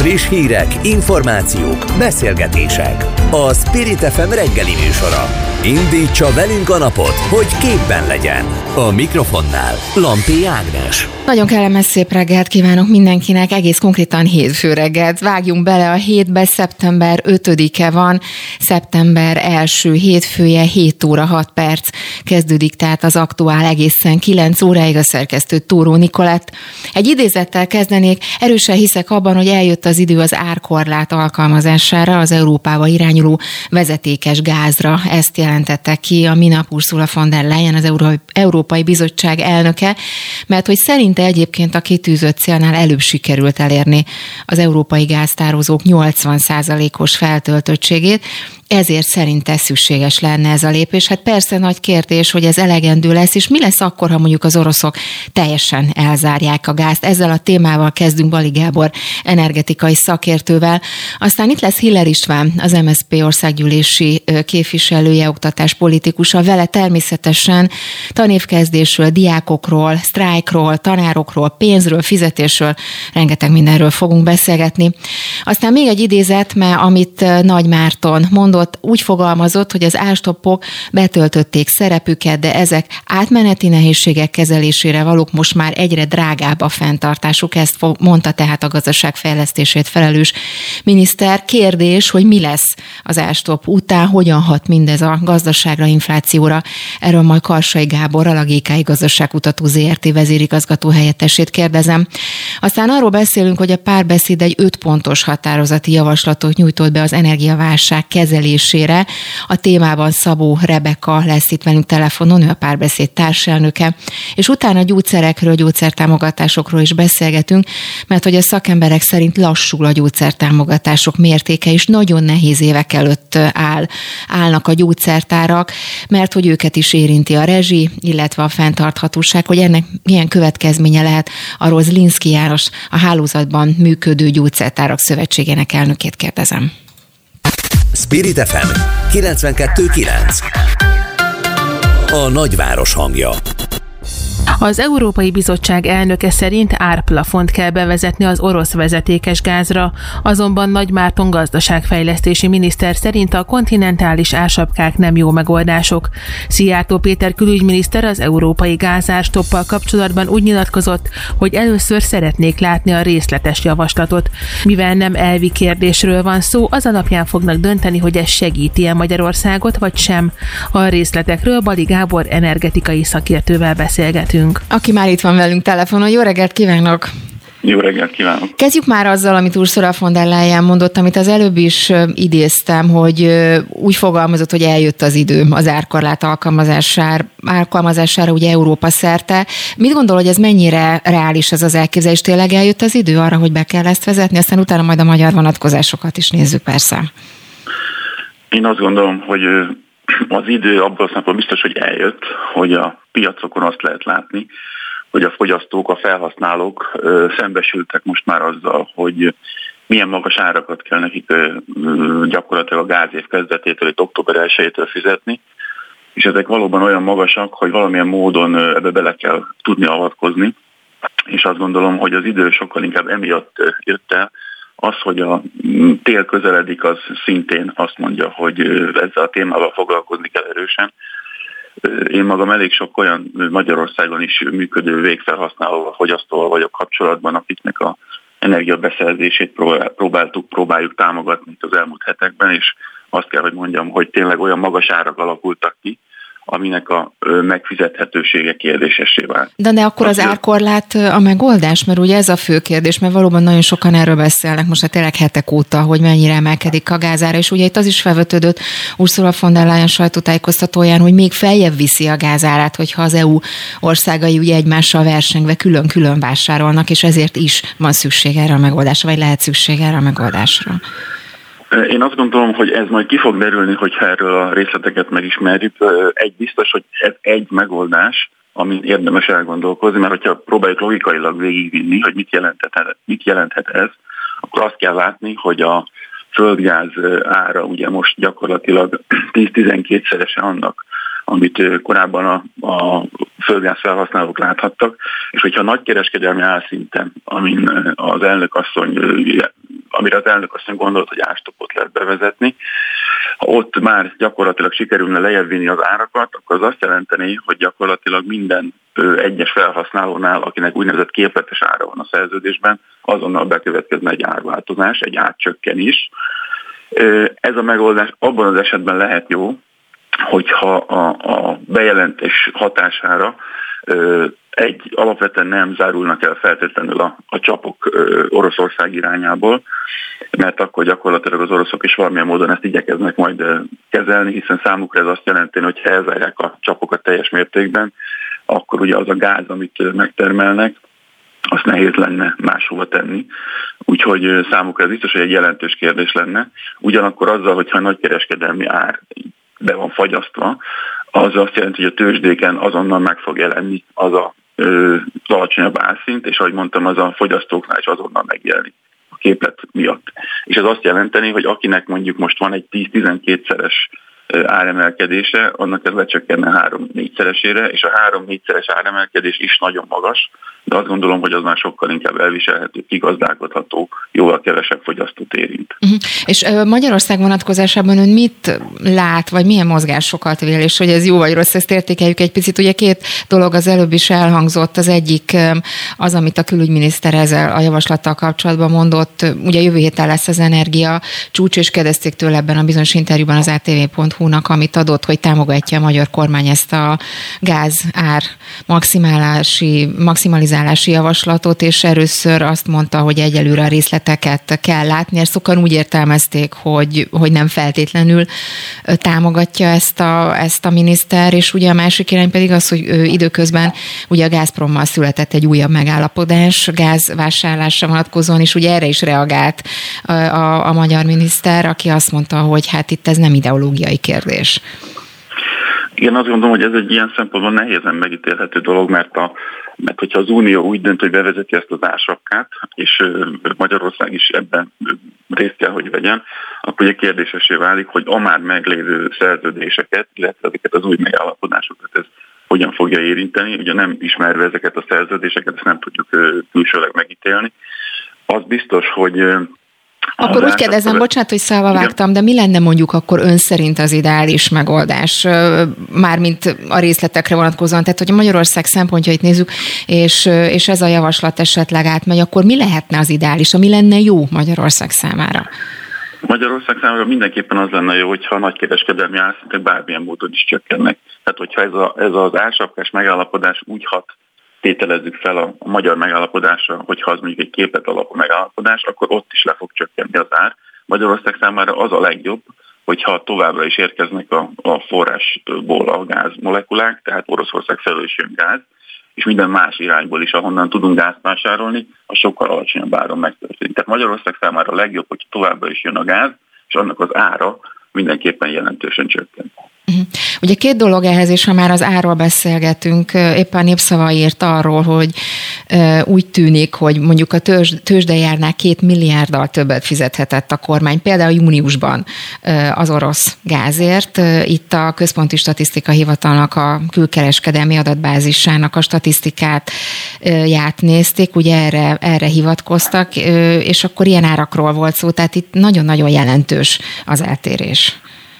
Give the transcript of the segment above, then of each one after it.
Friss hírek, információk, beszélgetések. A Spirit FM reggeli műsora. Indítsa velünk a napot, hogy képben legyen. A mikrofonnál Lampi Ágnes. Nagyon kellemes szép reggelt kívánok mindenkinek, egész konkrétan hétfő reggelt. Vágjunk bele a hétbe, szeptember 5-e van, szeptember első hétfője, 7 óra 6 perc kezdődik, tehát az aktuál egészen 9 óráig, a szerkesztő Tóró Nikolett. Egy idézettel kezdenék, erősen hiszek abban, hogy eljött az idő az árkorlát alkalmazására, az Európába irányuló vezetékes gázra. Ezt jelentette ki a minap Ursula von der Leyen, az Európai Bizottság elnöke, mert hogy szerinte egyébként a kitűzött célnál előbb sikerült elérni az európai gáztározók 80%-os feltöltöttségét, ezért szerinte szükséges lenne ez a lépés. Hát persze nagy kérdés, hogy ez elegendő lesz, és mi lesz akkor, ha mondjuk az oroszok teljesen elzárják a gázt. Ezzel a témával kezdünk Bali Gábor energetikai szakértővel. Aztán itt lesz Hiller István, az MSZP országgyűlési képviselője, oktatáspolitikusa. Vele természetesen tanévkezdésről, diákokról, sztrájkról, tanárokról, pénzről, fizetésről, rengeteg mindenről fogunk beszélgetni. Aztán még egy idézet, mert amit Nagy Márton mondott, úgy fogalmazott, hogy az ástoppok betöltötték szerepüket, de ezek átmeneti nehézségek kezelésére valók, most már egyre drágább a fenntartásuk. Ezt mondta tehát a gazdaságfejlesztésért felelős miniszter. Kérdés, hogy mi lesz az ástopp után, hogyan hat mindez a gazdaságra, inflációra. Erről majd Karsai Gáborral, a GKI Gazdaságkutató ZRT vezérigazgató helyettesét kérdezem. Aztán arról beszélünk, hogy a Párbeszéd egy 5 pontos határozati javaslatot nyújtott be az energiaválság kezelésére. A témában Szabó Rebeka lesz itt velünk telefonon, ő a Párbeszéd társelnöke, és utána gyógyszerekről, gyógyszertámogatásokról is beszélgetünk, mert hogy a szakemberek szerint lassul a gyógyszertámogatások mértéke, és nagyon nehéz évek előtt állnak a gyógyszertárak, mert hogy őket is érinti a rezsi, illetve a fenntarthatóság, hogy ennek milyen következménye lehet. Arról Zlinszky János, a hálózatban működő gyógyszertárak szövetségének elnökét kérdezem. Spirit FM 92.9. A nagyváros hangja. Az Európai Bizottság elnöke szerint árplafont kell bevezetni az orosz vezetékes gázra, azonban Nagy Márton gazdaságfejlesztési miniszter szerint a kontinentális ársapkák nem jó megoldások. Szijjártó Péter külügyminiszter az európai gázárstoppal kapcsolatban úgy nyilatkozott, hogy először szeretnék látni a részletes javaslatot. Mivel nem elvi kérdésről van szó, az alapján fognak dönteni, hogy ez segíti-e Magyarországot, vagy sem. A részletekről Bali Gábor energetikai szakértővel beszélgetünk. Aki már itt van velünk telefonon. Jó reggelt kívánok! Jó reggelt kívánok! Kezdjük már azzal, amit Ursula von der Leyen mondott, amit az előbb is idéztem, hogy úgy fogalmazott, hogy eljött az idő az árkorlát alkalmazására ugye Európa szerte. Mit gondol, hogy ez mennyire reális ez az elképzelés? Tényleg eljött az idő arra, hogy be kell ezt vezetni? Aztán utána majd a magyar vonatkozásokat is nézzük persze. Én azt gondolom, hogy az idő abban a szempontból biztos, hogy eljött, hogy a piacokon azt lehet látni, hogy a fogyasztók, a felhasználók szembesültek most már azzal, hogy milyen magas árakat kell nekik gyakorlatilag a gázév kezdetétől, itt október 1-től fizetni, és ezek valóban olyan magasak, hogy valamilyen módon ebbe bele kell tudni avatkozni, és azt gondolom, hogy az idő sokkal inkább emiatt jött el. Az, hogy a tél közeledik, az szintén azt mondja, hogy ezzel a témával foglalkozni kell erősen. Én magam elég sok olyan Magyarországon is működő végfelhasználóval, fogyasztóval vagyok kapcsolatban, akiknek a energiabeszerzését próbáljuk támogatni az elmúlt hetekben, és azt kell, hogy mondjam, hogy tényleg olyan magas árak alakultak ki, aminek a megfizethetősége kérdésessé vált. De akkor az árkorlát a megoldás? Mert ugye ez a fő kérdés, mert valóban nagyon sokan erről beszélnek most tényleg hetek óta, hogy mennyire emelkedik a gázára, és ugye itt az is felvetődött Ursula von der Leyen sajtótájékoztatóján, hogy még feljebb viszi a gázárát, hogyha az EU országai ugye egymással versengve külön-külön vásárolnak, és ezért is van szükség erre a megoldásra, vagy lehet szükség erre a megoldásra. Én azt gondolom, hogy ez majd ki fog derülni, hogyha erről a részleteket megismerjük. Egy biztos, hogy ez egy megoldás, amin érdemes elgondolkozni, mert hogyha próbáljuk logikailag végigvinni, hogy mit jelenthet ez, akkor azt kell látni, hogy a földgáz ára ugye most gyakorlatilag 10-12-szerese annak, amit korábban a földgáz felhasználók láthattak, és hogyha nagy kereskedelmi árszinten, amin az elnök asszony amire az elnök azt gondolt, hogy árstoppot lehet bevezetni. Ha ott már gyakorlatilag sikerülne lejjebb vinni az árakat, akkor az azt jelenteni, hogy gyakorlatilag minden egyes felhasználónál, akinek úgynevezett képletes ára van a szerződésben, azonnal bekövetkezne egy árváltozás, egy árcsökkenés. Ez a megoldás abban az esetben lehet jó, hogyha a bejelentés hatására alapvetően nem zárulnak el feltétlenül a csapok Oroszország irányából, mert akkor gyakorlatilag az oroszok is valamilyen módon ezt igyekeznek majd kezelni, hiszen számukra ez azt jelenti, hogy ha elzárják a csapokat teljes mértékben, akkor ugye az a gáz, amit megtermelnek, azt nehéz lenne máshova tenni. Úgyhogy számukra ez biztos, hogy egy jelentős kérdés lenne. Ugyanakkor azzal, hogyha a nagykereskedelmi ár be van fagyasztva, az azt jelenti, hogy a tőzsdéken azonnal meg fog jelenni az alacsonyabb árszint, és ahogy mondtam, az a fogyasztóknál is azonnal megjelenik a képlet miatt. És ez azt jelenteni, hogy akinek mondjuk most van egy 10-12-szeres áremelkedése, annak ez lecsökkenne 3-4-szeresére, és a 3-4-szeres áremelkedés is nagyon magas, de azt gondolom, hogy az már sokkal inkább elviselhető, kigazdálkodható, jóval kevesebb fogyasztót érint. És Magyarország vonatkozásában ön mit lát, vagy milyen mozgásokat vél, és hogy ez jó vagy rossz, ezt értékeljük egy picit. Ugye két dolog az előbb is elhangzott, az egyik az, amit a külügyminiszter ezzel a javaslattal kapcsolatban mondott, ugye jövő héten lesz az energia csúcs, és kérdezték tőle ebben a bizonyos interjúban az ATV.hu-nak, amit adott, hogy támogatja a magyar kormány ezt a gázár maximalizálási javaslatot, és először azt mondta, hogy egyelőre a részleteket kell látni, és sokan úgy értelmezték, hogy nem feltétlenül támogatja ezt a miniszter, és ugye a másik irány pedig az, hogy időközben ugye a Gazprommal született egy újabb megállapodás gázvásárlásra vonatkozóan, és ugye erre is reagált a magyar miniszter, aki azt mondta, hogy hát itt ez nem ideológiai kérdés. Igen, azt gondolom, hogy ez egy ilyen szempontból nehézen megítélhető dolog, mert hogyha az Unió úgy dönt, hogy bevezeti ezt az ársapkát, és Magyarország is ebben részt kell, hogy vegyen, akkor ugye kérdésessé válik, hogy a már meglévő szerződéseket, illetve ezeket az új megállapodásokat ez hogyan fogja érinteni. Ugye nem ismerve ezeket a szerződéseket, ezt nem tudjuk külsőleg megítélni. Az biztos, hogy akkor úgy kérdezem, bocsánat, hogy szálva vágtam, de mi lenne mondjuk akkor ön szerint az ideális megoldás, mármint a részletekre vonatkozóan, tehát hogy a Magyarország szempontjait nézzük, és ez a javaslat esetleg átmegy, akkor mi lehetne az ideális, ami lenne jó Magyarország számára? Magyarország számára mindenképpen az lenne jó, hogyha a nagykereskedelmi árszintek bármilyen módon is csökkennek. Tehát hogyha ez az ársapkás megállapodás úgy hat, tételezzük fel a magyar megállapodásra, hogyha az mondjuk egy képlet alapú megállapodás, akkor ott is le fog csökkenni az ár. Magyarország számára az a legjobb, hogyha továbbra is érkeznek a forrásból a gázmolekulák, tehát Oroszország felől is jön gáz, és minden más irányból is, ahonnan tudunk gázt vásárolni, az sokkal alacsonyabb áron megtörténik. Tehát Magyarország számára a legjobb, hogy továbbra is jön a gáz, és annak az ára mindenképpen jelentősen csökken. Ugye két dolog ehhez, és ha már az árról beszélgetünk, éppen Népszava írt arról, hogy úgy tűnik, hogy mondjuk a tőzsdejárnál 2 milliárddal többet fizethetett a kormány, például júniusban az orosz gázért. Itt a Központi Statisztikai Hivatalnak a külkereskedelmi adatbázisának a statisztikát nézték, ugye erre hivatkoztak, és akkor ilyen árakról volt szó, tehát itt nagyon-nagyon jelentős az eltérés.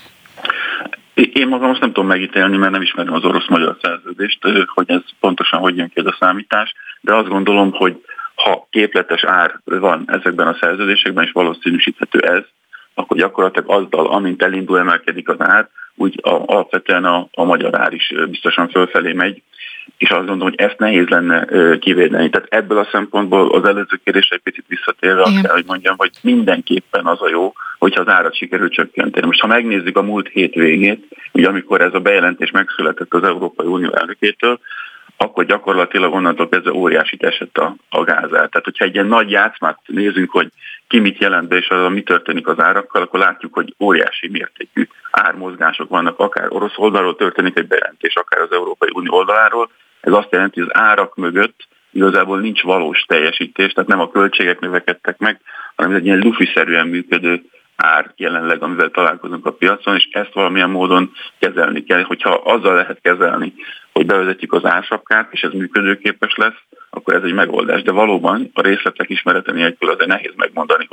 Én magam azt nem tudom megítélni, mert nem ismerem az orosz-magyar szerződést, hogy ez pontosan hogy jön ki ez a számítás, de azt gondolom, hogy ha képletes ár van ezekben a szerződésekben, és valószínűsíthető ez, akkor gyakorlatilag azzal, amint elindul, emelkedik az ár, úgy alapvetően a magyar ár is biztosan fölfelé megy, és azt gondolom, hogy ezt nehéz lenne kivédeni. Tehát ebből a szempontból az előző kérdésre egy picit visszatérve azt kell, hogy mondjam, hogy mindenképpen az a jó, hogyha az árat sikerül csökkenteni. Most ha megnézzük a múlt hét végét, ugye amikor ez a bejelentés megszületett az Európai Unió elnökétől, akkor gyakorlatilag onnantól kezdve óriási esett a gázár. Tehát, hogyha egy ilyen nagy játszmát nézünk, hogy ki mit jelent be, és az, mi történik az árakkal, akkor látjuk, hogy óriási mértékű ármozgások vannak, akár orosz oldalról történik egy bejelentés, akár az Európai Unió oldaláról. Ez azt jelenti, hogy az árak mögött igazából nincs valós teljesítés, tehát nem a költségek növekedtek meg, hanem ez egy ilyen lufiszerűen működő ár jelenleg, amivel találkozunk a piacon, és ezt valamilyen módon kezelni kell. Hogyha azzal lehet kezelni, hogy bevezetjük az ársapkát, és ez működőképes lesz, akkor ez egy megoldás. De valóban a részletek ismerete nélkül azért nehéz megmondani, hogy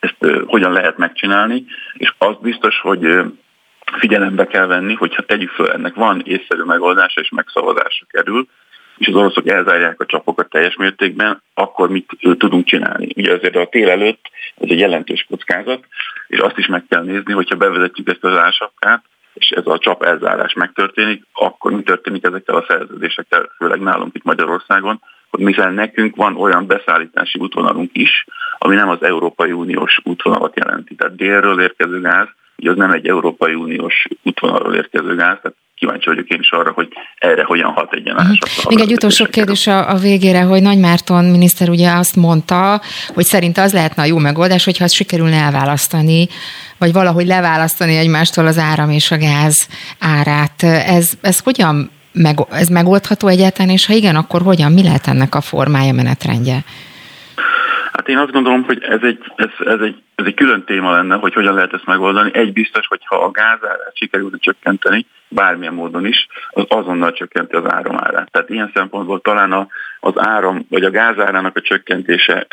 ezt hogyan lehet megcsinálni, és az biztos, hogy figyelembe kell venni, hogyha tegyük föl, ennek van észszerű megoldása és megszavazásra kerül, és az oroszok elzárják a csapokat teljes mértékben, akkor mit tudunk csinálni. Ugye azért a tél előtt ez egy jelentős kockázat, és azt is meg kell nézni, hogyha bevezetjük ezt az ársapkát, és ez a csap elzárás megtörténik, akkor mi történik ezekkel a szerződésekkel, főleg nálunk itt Magyarországon, hogy mivel nekünk van olyan beszállítási útvonalunk is, ami nem az Európai Uniós útvonalat jelenti. Tehát délről érkező gáz, ugye az nem egy Európai Uniós útvonalról érkező gáz, tehát kíváncsi vagyok én is arra, hogy erre hogyan hat egy ilyen ársapka. Még egy utolsó kérdés a végére, hogy Nagy Márton miniszter ugye azt mondta, hogy szerinte az lehetne a jó megoldás, hogyha azt sikerülne elválasztani, vagy valahogy leválasztani egymástól az áram és a gáz árát. Ez hogyan ez megoldható egyáltalán, és ha igen, akkor hogyan, mi lehet ennek a formája, menetrendje? Hát én azt gondolom, hogy ez egy külön téma lenne, hogy hogyan lehet ezt megoldani. Egy biztos, hogy ha a gázárát sikerülne csökkenteni, bármilyen módon is, az azonnal csökkenti az áramárát. Tehát ilyen szempontból talán az áram, vagy a gázárának a csökkentése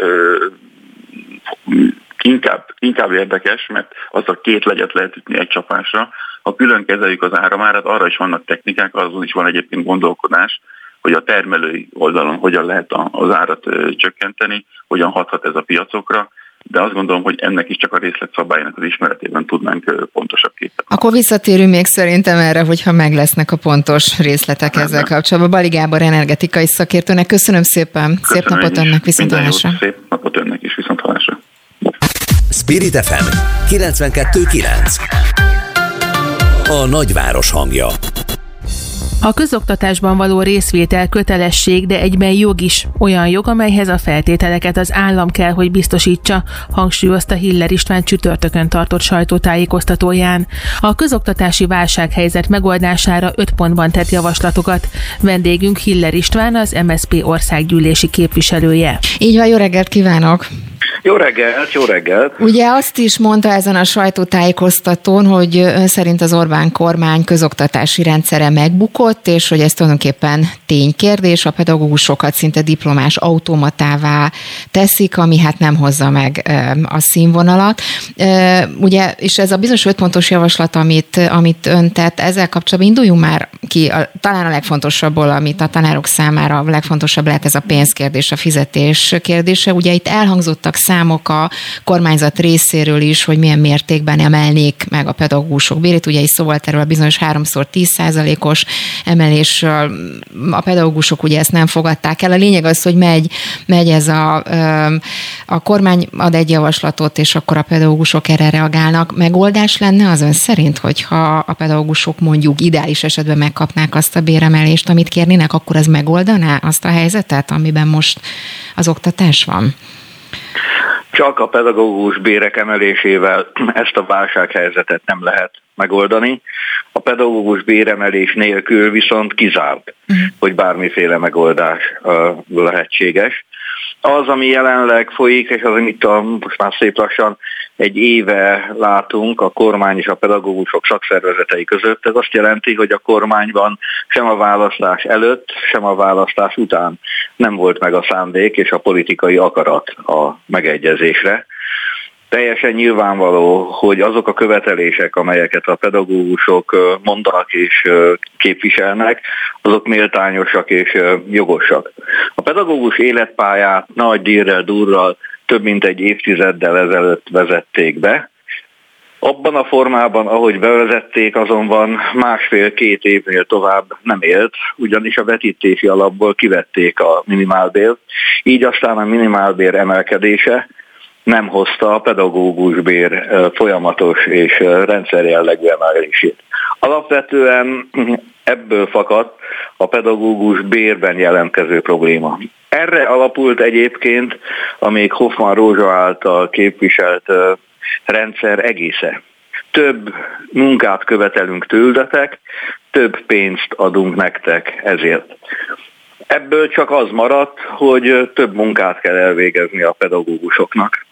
inkább érdekes, mert az a két legyet lehet ütni egy csapásra. Ha külön kezeljük az áramárat, arra is vannak technikák, azon is van egyébként gondolkodás, hogy a termelői oldalon hogyan lehet az árat csökkenteni, hogyan hathat ez a piacokra, de azt gondolom, hogy ennek is csak a részletszabályának az ismeretében tudnánk pontosabb képet. Akkor visszatérünk még szerintem erre, hogyha meg lesznek a pontos részletek ezzel kapcsolatban. Bali Gábor energetikai szakértőnek köszönöm szépen. Szép napot önnek, viszonthallásra. Szép napot önnek is, viszonthallásra. Spirit FM 92.9. A nagyváros hangja. A közoktatásban való részvétel kötelesség, de egyben jog is, olyan jog, amelyhez a feltételeket az állam kell, hogy biztosítsa, hangsúlyozta Hiller István csütörtökön tartott sajtótájékoztatóján. A közoktatási válsághelyzet megoldására 5 pontban tett javaslatokat. Vendégünk Hiller István, az MSZP országgyűlési képviselője. Így van, jó reggelt kívánok! Jó reggelt, jó reggelt! Ugye azt is mondta ezen a sajtótájékoztatón, hogy ön szerint az Orbán kormány közoktatási rendszere megbukott, és hogy ez tulajdonképpen ténykérdés, a pedagógusokat szinte diplomás automatává teszik, ami hát nem hozza meg a színvonalat. Ugye, és ez a bizonyos 5 pontos javaslat, amit ön tett, ezzel kapcsolatban induljunk már ki, talán a legfontosabbból, amit a tanárok számára a legfontosabb lehet, ez a pénzkérdés, a fizetés kérdése. Ugye itt elhangzottak számok a kormányzat részéről is, hogy milyen mértékben emelnék meg a pedagógusok bérét. Ugye is szó volt erről a bizonyos 3x10%-os emelésről. A pedagógusok ugye ezt nem fogadták el. A lényeg az, hogy megy ez a kormány ad egy javaslatot, és akkor a pedagógusok erre reagálnak. Megoldás lenne az ön szerint, hogyha a pedagógusok mondjuk ideális esetben megkapnák azt a béremelést, amit kérnének, akkor ez megoldaná azt a helyzetet, amiben most az oktatás van? Csak a pedagógus bérek emelésével ezt a válsághelyzetet nem lehet megoldani. A pedagógus béremelés nélkül viszont kizárt, hogy bármiféle megoldás lehetséges. Az, ami jelenleg folyik, és az, amit most már szép lassan egy éve látunk a kormány és a pedagógusok szakszervezetei között, ez azt jelenti, hogy a kormányban sem a választás előtt, sem a választás után nem volt meg a szándék és a politikai akarat a megegyezésre. Teljesen nyilvánvaló, hogy azok a követelések, amelyeket a pedagógusok mondanak és képviselnek, azok méltányosak és jogosak. A pedagógus életpályát nagy dírrel, durral több mint egy évtizeddel ezelőtt vezették be. Abban a formában, ahogy bevezették, azonban 1,5-2 évnél tovább nem élt, ugyanis a vetítési alapból kivették a minimálbért, így aztán a minimálbér emelkedése nem hozta a pedagógusbér folyamatos és rendszerjellegű emelését. Alapvetően ebből fakadt a pedagógus bérben jelentkező probléma. Erre alapult egyébként a még Hoffmann Rózsa által képviselt rendszer egésze. Több munkát követelünk tőletek, több pénzt adunk nektek ezért. Ebből csak az maradt, hogy több munkát kell elvégezni a pedagógusoknak.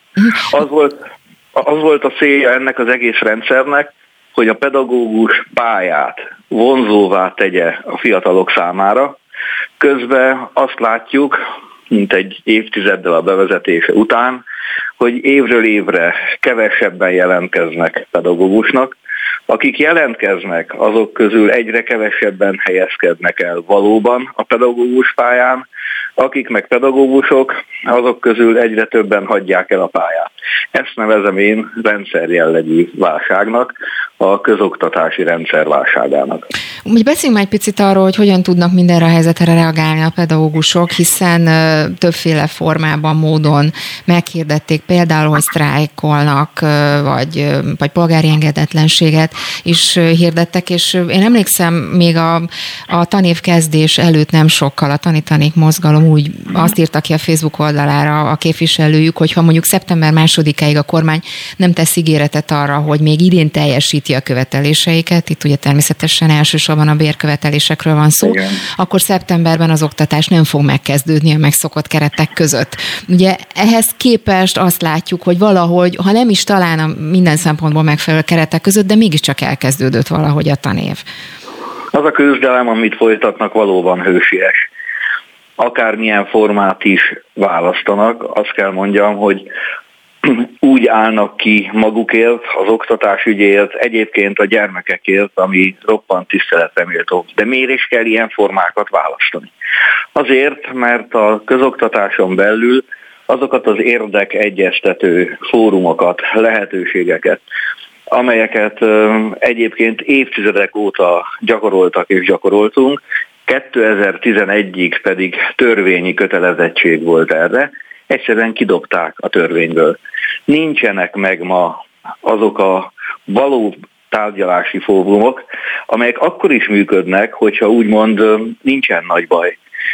Az volt a célja ennek az egész rendszernek, hogy a pedagógus pályát vonzóvá tegye a fiatalok számára. Közben azt látjuk, mint egy évtizeddel a bevezetése után, hogy évről évre kevesebben jelentkeznek pedagógusnak. Akik jelentkeznek, azok közül egyre kevesebben helyezkednek el valóban a pedagógus pályán, akik meg pedagógusok, azok közül egyre többen hagyják el a pályát. Ezt nevezem én rendszerjellegű válságnak, a közoktatási rendszer válságának. Úgy beszéljünk egy picit arról, hogy hogyan tudnak mindenre a helyzetre reagálni a pedagógusok, hiszen többféle formában, módon meghirdették például, hogy sztrájkolnak, vagy polgári engedetlenséget is hirdettek, és én emlékszem még a tanév kezdés előtt nem sokkal a Tanítanék mozgalom úgy azt írta ki a Facebook oldalára a képviselőjük, hogy ha mondjuk szeptember 2-áig a kormány nem tesz ígéretet arra, hogy még idén teljesíti a követeléseiket, itt ugye természetesen elsősorban a bérkövetelésekről van szó, igen, akkor szeptemberben az oktatás nem fog megkezdődni a megszokott keretek között. Ugye ehhez képest azt látjuk, hogy valahogy, ha nem is talán a minden szempontból megfelelő keretek között, de mégiscsak elkezdődött valahogy a tanév. Az a küzdelem, amit folytatnak, valóban hősies. Akármilyen formát is választanak, azt kell mondjam, hogy úgy állnak ki magukért, az oktatás ügyéért, egyébként a gyermekekért, ami roppant tiszteletre méltó. De miért is kell ilyen formákat választani? Azért, mert a közoktatáson belül azokat az érdekegyeztető fórumokat, lehetőségeket, amelyeket egyébként évtizedek óta gyakoroltak és gyakoroltunk, 2011-ig pedig törvényi kötelezettség volt erre, egyszerűen kidobták a törvényből. Nincsenek meg ma azok a való tárgyalási fórumok, amelyek akkor is működnek, hogyha úgymond nincsen nagy baj.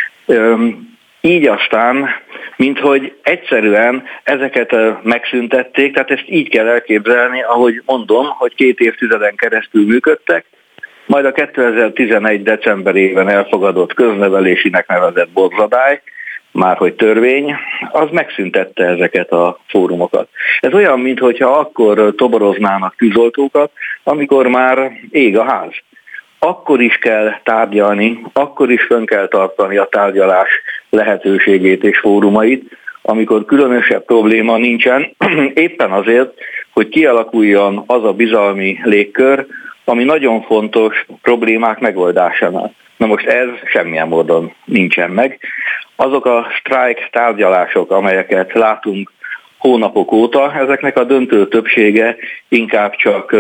Így aztán, minthogy egyszerűen ezeket megszüntették, tehát ezt így kell elképzelni, ahogy mondom, hogy 2 évtizeden keresztül működtek, majd a 2011. decemberében elfogadott köznevelésinek nevezett borzadály, márhogy törvény, az megszüntette ezeket a fórumokat. Ez olyan, mintha akkor toboroznának tűzoltókat, amikor már ég a ház. Akkor is kell tárgyalni, akkor is fönn kell tartani a tárgyalás lehetőségét és fórumait, amikor különösebb probléma nincsen, éppen azért, hogy kialakuljon az a bizalmi légkör, ami nagyon fontos problémák megoldásánál. Na most ez semmilyen módon nincsen meg. Azok a sztrájk tárgyalások, amelyeket látunk hónapok óta, ezeknek a döntő többsége inkább csak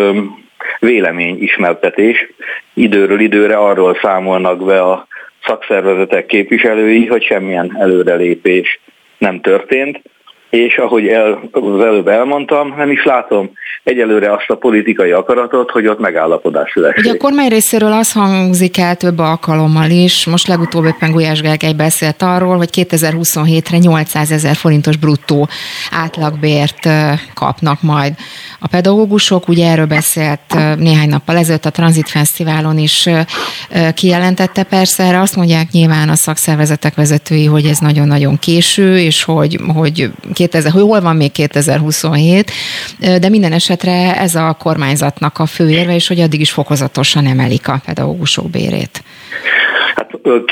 véleményismertetés. Időről időre arról számolnak be a szakszervezetek képviselői, hogy semmilyen előrelépés nem történt, és ahogy az előbb elmondtam, nem is látom egyelőre azt a politikai akaratot, hogy ott megállapodás szülessék. Ugye a kormány részéről az hangzik el több alkalommal is, most legutóbb éppen Gulyás Gergely beszélt arról, hogy 2027-re 800 000 forintos bruttó átlagbért kapnak majd a pedagógusok. Ugye erről beszélt néhány nappal ezelőtt a Transit Fesztiválon is kijelentette. Persze erre azt mondják nyilván a szakszervezetek vezetői, hogy ez nagyon-nagyon késő, és hogy hol van még 2027, de minden esetre ez a kormányzatnak a fő érve, és hogy addig is fokozatosan emelik a pedagógusok bérét. Hát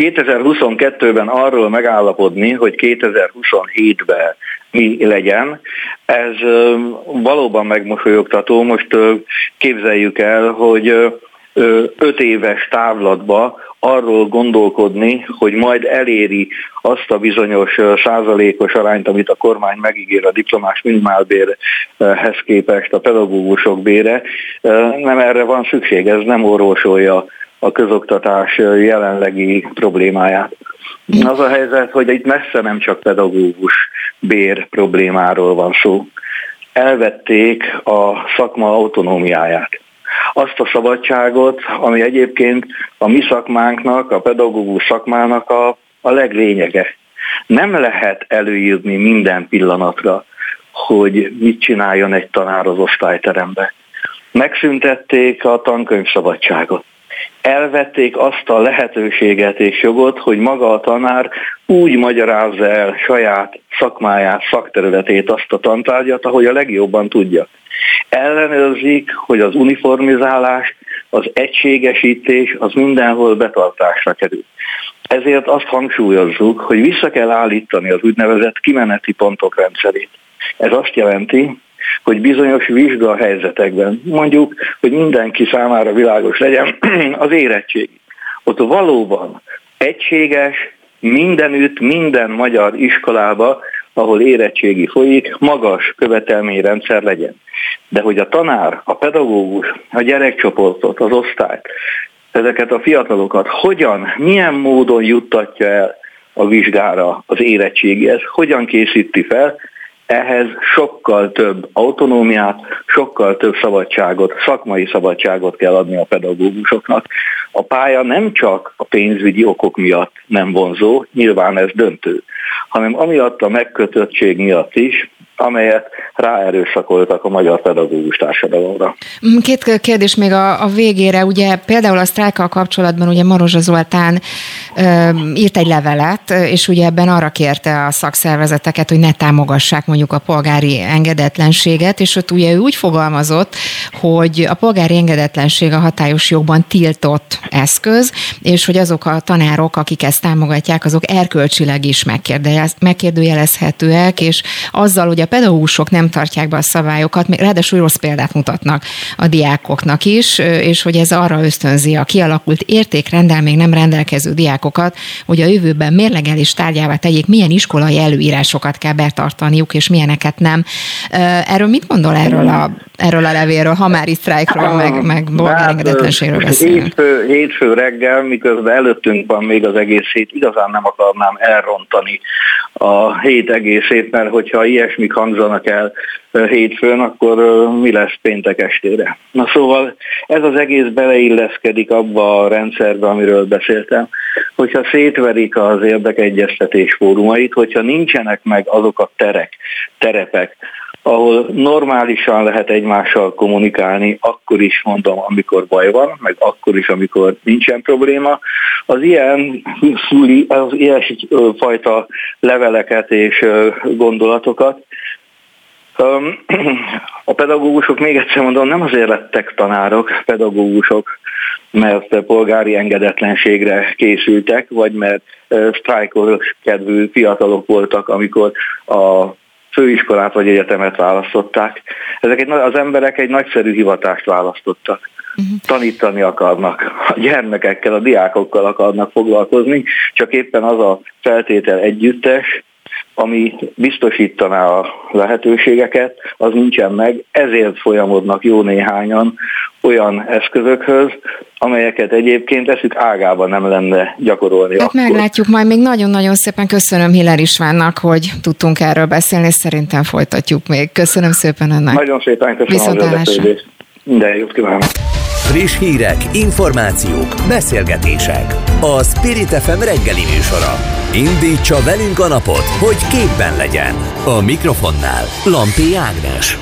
2022-ben arról megállapodni, hogy 2027-ben mi legyen, ez valóban megmosolyogtató. Most képzeljük el, hogy 5 éves távlatba arról gondolkodni, hogy majd eléri azt a bizonyos százalékos arányt, amit a kormány megígér a diplomás minimálbérhez képest a pedagógusok bére. Nem erre van szükség, ez nem orvosolja a közoktatás jelenlegi problémáját. Az a helyzet, hogy itt messze nem csak pedagógus bér problémáról van szó. Elvették a szakma autonómiáját. Azt a szabadságot, ami egyébként a mi szakmánknak, a pedagógus szakmának a leglényege. Nem lehet előírni minden pillanatra, hogy mit csináljon egy tanár az osztályterembe. Megszüntették a tankönyvszabadságot. Elvették azt a lehetőséget és jogot, hogy maga a tanár úgy magyarázza el saját szakmáját, szakterületét, azt a tantárgyat, ahogy a legjobban tudja. Ellenőrzik, hogy az uniformizálás, az egységesítés az mindenhol betartásra kerül. Ezért azt hangsúlyozzuk, hogy vissza kell állítani az úgynevezett kimeneti pontok rendszerét. Ez azt jelenti, hogy bizonyos vizsgahelyzetekben, mondjuk, hogy mindenki számára világos legyen az érettség. Ott valóban egységes, mindenütt, minden magyar iskolába, ahol érettségi folyik, magas követelményrendszer legyen. De hogy a tanár, a pedagógus, a gyerekcsoportot, az osztályt, ezeket a fiatalokat hogyan, milyen módon juttatja el a vizsgára, az érettségihez, hogyan készíti fel, ehhez sokkal több autonómiát, sokkal több szabadságot, szakmai szabadságot kell adni a pedagógusoknak. A pálya nem csak a pénzügyi okok miatt nem vonzó, nyilván ez döntő, hanem amiatt a megkötöttség miatt is, amelyet ráerőszakoltak a magyar pedagógus társadalomra. Két kérdés még a végére. Ugye például a sztrájkkal kapcsolatban ugye Marozsa Zoltán írt egy levelet, és ugye ebben arra kérte a szakszervezeteket, hogy ne támogassák mondjuk a polgári engedetlenséget, és ott ugye ő úgy fogalmazott, hogy a polgári engedetlenség a hatályos jogban tiltott eszköz, és hogy azok a tanárok, akik ezt támogatják, azok erkölcsileg is megkérdőjelezhetőek, és azzal, hogy a pedagógusok nem tartják be a szabályokat, még ráadásul rossz példát mutatnak a diákoknak is, és hogy ez arra ösztönzi a kialakult értékrenddel még nem rendelkező diákokat, hogy a jövőben mérlegelés tárgyává tegyék, milyen iskolai előírásokat kell betartaniuk, és milyeneket nem. Erről mit gondol erről a levélről, ha már itt sztrájkról, meg polgárengedetlenségről beszélünk? Hétfő reggel, miközben előttünk van még az egész hét, igazán nem akarnám elrontani a hét egészét, mert hogyha ilyesmik hangzanak el hétfőn, akkor mi lesz péntek estére? Na szóval ez az egész beleilleszkedik abba a rendszerbe, amiről beszéltem, hogyha szétverik az érdekegyeztetés fórumait, hogyha nincsenek meg azok a terepek, ahol normálisan lehet egymással kommunikálni, akkor is mondom, amikor baj van, meg akkor is, amikor nincsen probléma. Az ilyen fajta leveleket és gondolatokat a pedagógusok, még egyszer mondom, nem azért lettek tanárok, pedagógusok, mert polgári engedetlenségre készültek, vagy mert sztrájkolós kedvű fiatalok voltak, amikor a főiskolát vagy egyetemet választották. Az emberek egy nagyszerű hivatást választottak. Tanítani akarnak, a gyermekekkel, a diákokkal akarnak foglalkozni, csak éppen az a feltétel együttes, ami biztosítaná a lehetőségeket, az nincsen meg, ezért folyamodnak jó néhányan olyan eszközökhöz, amelyeket egyébként eszük ágában nem lenne gyakorolni. Hát meglátjuk majd, még nagyon-nagyon szépen köszönöm Hiller Istvánnak, hogy tudtunk erről beszélni, és szerintem folytatjuk még. Köszönöm szépen önnek. Nagyon szépen köszönöm az érdeklődést. Minden jót kívánok. Friss hírek, információk, beszélgetések. A Spirit FM reggeli műsora. Indítsa velünk a napot, hogy képben legyen. A mikrofonnál Lampi Ágnes.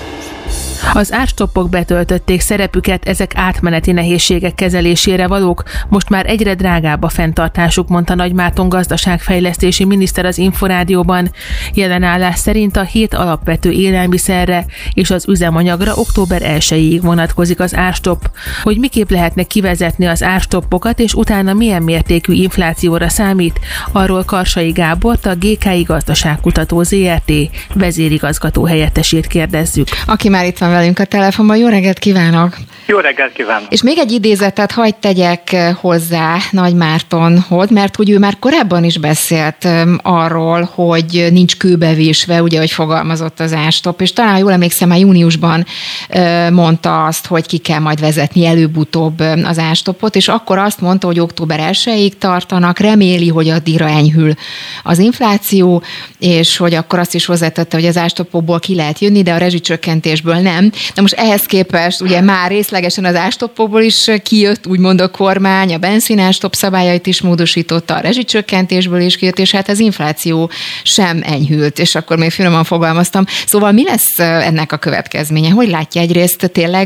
Az árstoppok betöltötték szerepüket, ezek átmeneti nehézségek kezelésére valók, most már egyre drágább a fenntartásuk, mondta Nagymárton gazdaságfejlesztési miniszter az Inforádióban. Jelenállás szerint a 7 alapvető élelmiszerre és az üzemanyagra október 1-ig vonatkozik az árstopp. Hogy miképp lehetne kivezetni az árstoppokat, és utána milyen mértékű inflációra számít, arról Karsai Gábort, a GKI Gazdaságkutató ZRT vezérigazgató helyettesét kérdezzük. Aki már itt van velünk a telefonban. Jó reggelt kívánok! Jó reggelt kívánok! És még egy idézetet hadd tegyek hozzá Nagymártonhoz, mert hogy ő már korábban is beszélt arról, hogy nincs kőbevésve, ugye, hogy fogalmazott az árstopp, és talán jól emlékszem, már júniusban mondta azt, hogy ki kell majd vezetni előbb-utóbb az árstoppot, és akkor azt mondta, hogy október 1-ig tartanak, reméli, hogy addigra enyhül az infláció, és hogy akkor azt is hozzátette, hogy az árstoppokból ki lehet jönni, de a rezsicsökkentésből nem. De most ehhez képest ugye már részlegesen az árstoppokból is kijött, úgymond a kormány, a benzinárstopp szabályait is módosította, a rezsicsökkentésből is kijött, és hát az infláció sem enyhült, és akkor még finoman fogalmaztam. Szóval mi lesz ennek a következménye? Hogy látja, egyrészt tényleg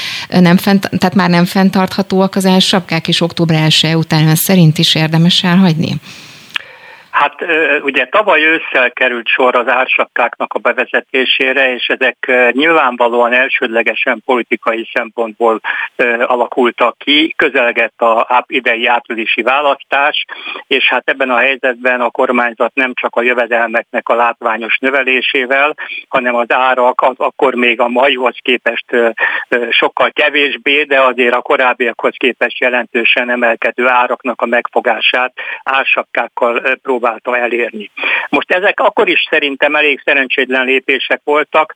tehát már nem fenntarthatóak az ársapkák, és október 1 után szerint is érdemes elhagyni? Hát ugye tavaly ősszel került sor az ársapkáknak a bevezetésére, és ezek nyilvánvalóan elsődlegesen politikai szempontból alakultak ki. Közelgett a idei áprilisi választás, és hát ebben a helyzetben a kormányzat nem csak a jövedelmeknek a látványos növelésével, hanem az árak az akkor még a maihoz képest sokkal kevésbé, de azért a korábbiakhoz képest jelentősen emelkedő áraknak a megfogását ársapkákkal próbálta elérni. Most ezek akkor is szerintem elég szerencsétlen lépések voltak,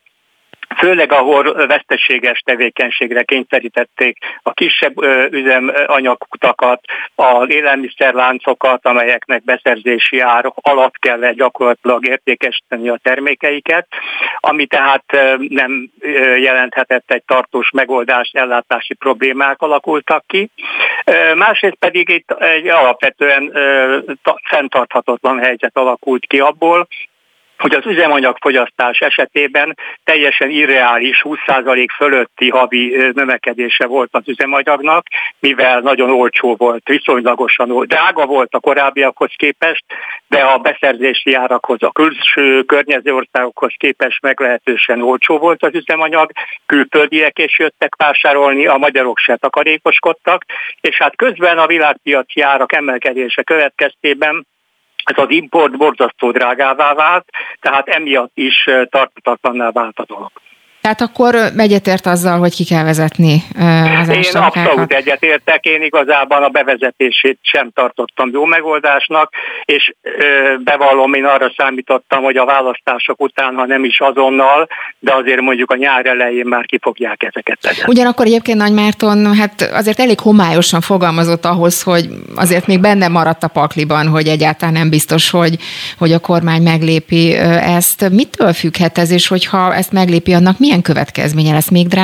főleg ahol veszteséges tevékenységre kényszerítették a kisebb üzemanyagutakat, az élelmiszerláncokat, amelyeknek beszerzési ár alatt kellett gyakorlatilag értékesíteni a termékeiket, ami tehát nem jelenthetett egy tartós megoldást, ellátási problémák alakultak ki. Másrészt pedig itt egy alapvetően fenntarthatatlan helyzet alakult ki abból, hogy az üzemanyagfogyasztás esetében teljesen irreális 20% fölötti havi növekedése volt az üzemanyagnak, mivel nagyon olcsó volt, viszonylagosan drága volt a korábbiakhoz képest, de a beszerzési árakhoz, a külső környező országokhoz képest meglehetősen olcsó volt az üzemanyag, külföldiek is jöttek vásárolni, a magyarok se takarékoskodtak, és hát közben a világpiaci árak emelkedése következtében ez az import borzasztó drágává vált, tehát emiatt is tarthatatlanná vált a dolog. Tehát akkor egyetért azzal, hogy ki kell vezetni az ársapkákat? Én abszolút egyetértek, én igazából a bevezetését sem tartottam jó megoldásnak, és bevallom, én arra számítottam, hogy a választások után, ha nem is azonnal, de azért mondjuk a nyár elején már ki fogják ezeket vezetni. Ugyanakkor egyébként Nagy Márton hát azért elég homályosan fogalmazott ahhoz, hogy azért még benne maradt a pakliban, hogy egyáltalán nem biztos, hogy a kormány meglépi ezt. Mitől függhet ez, és hogyha ezt meglépi, annak milyen következménye lesz? Még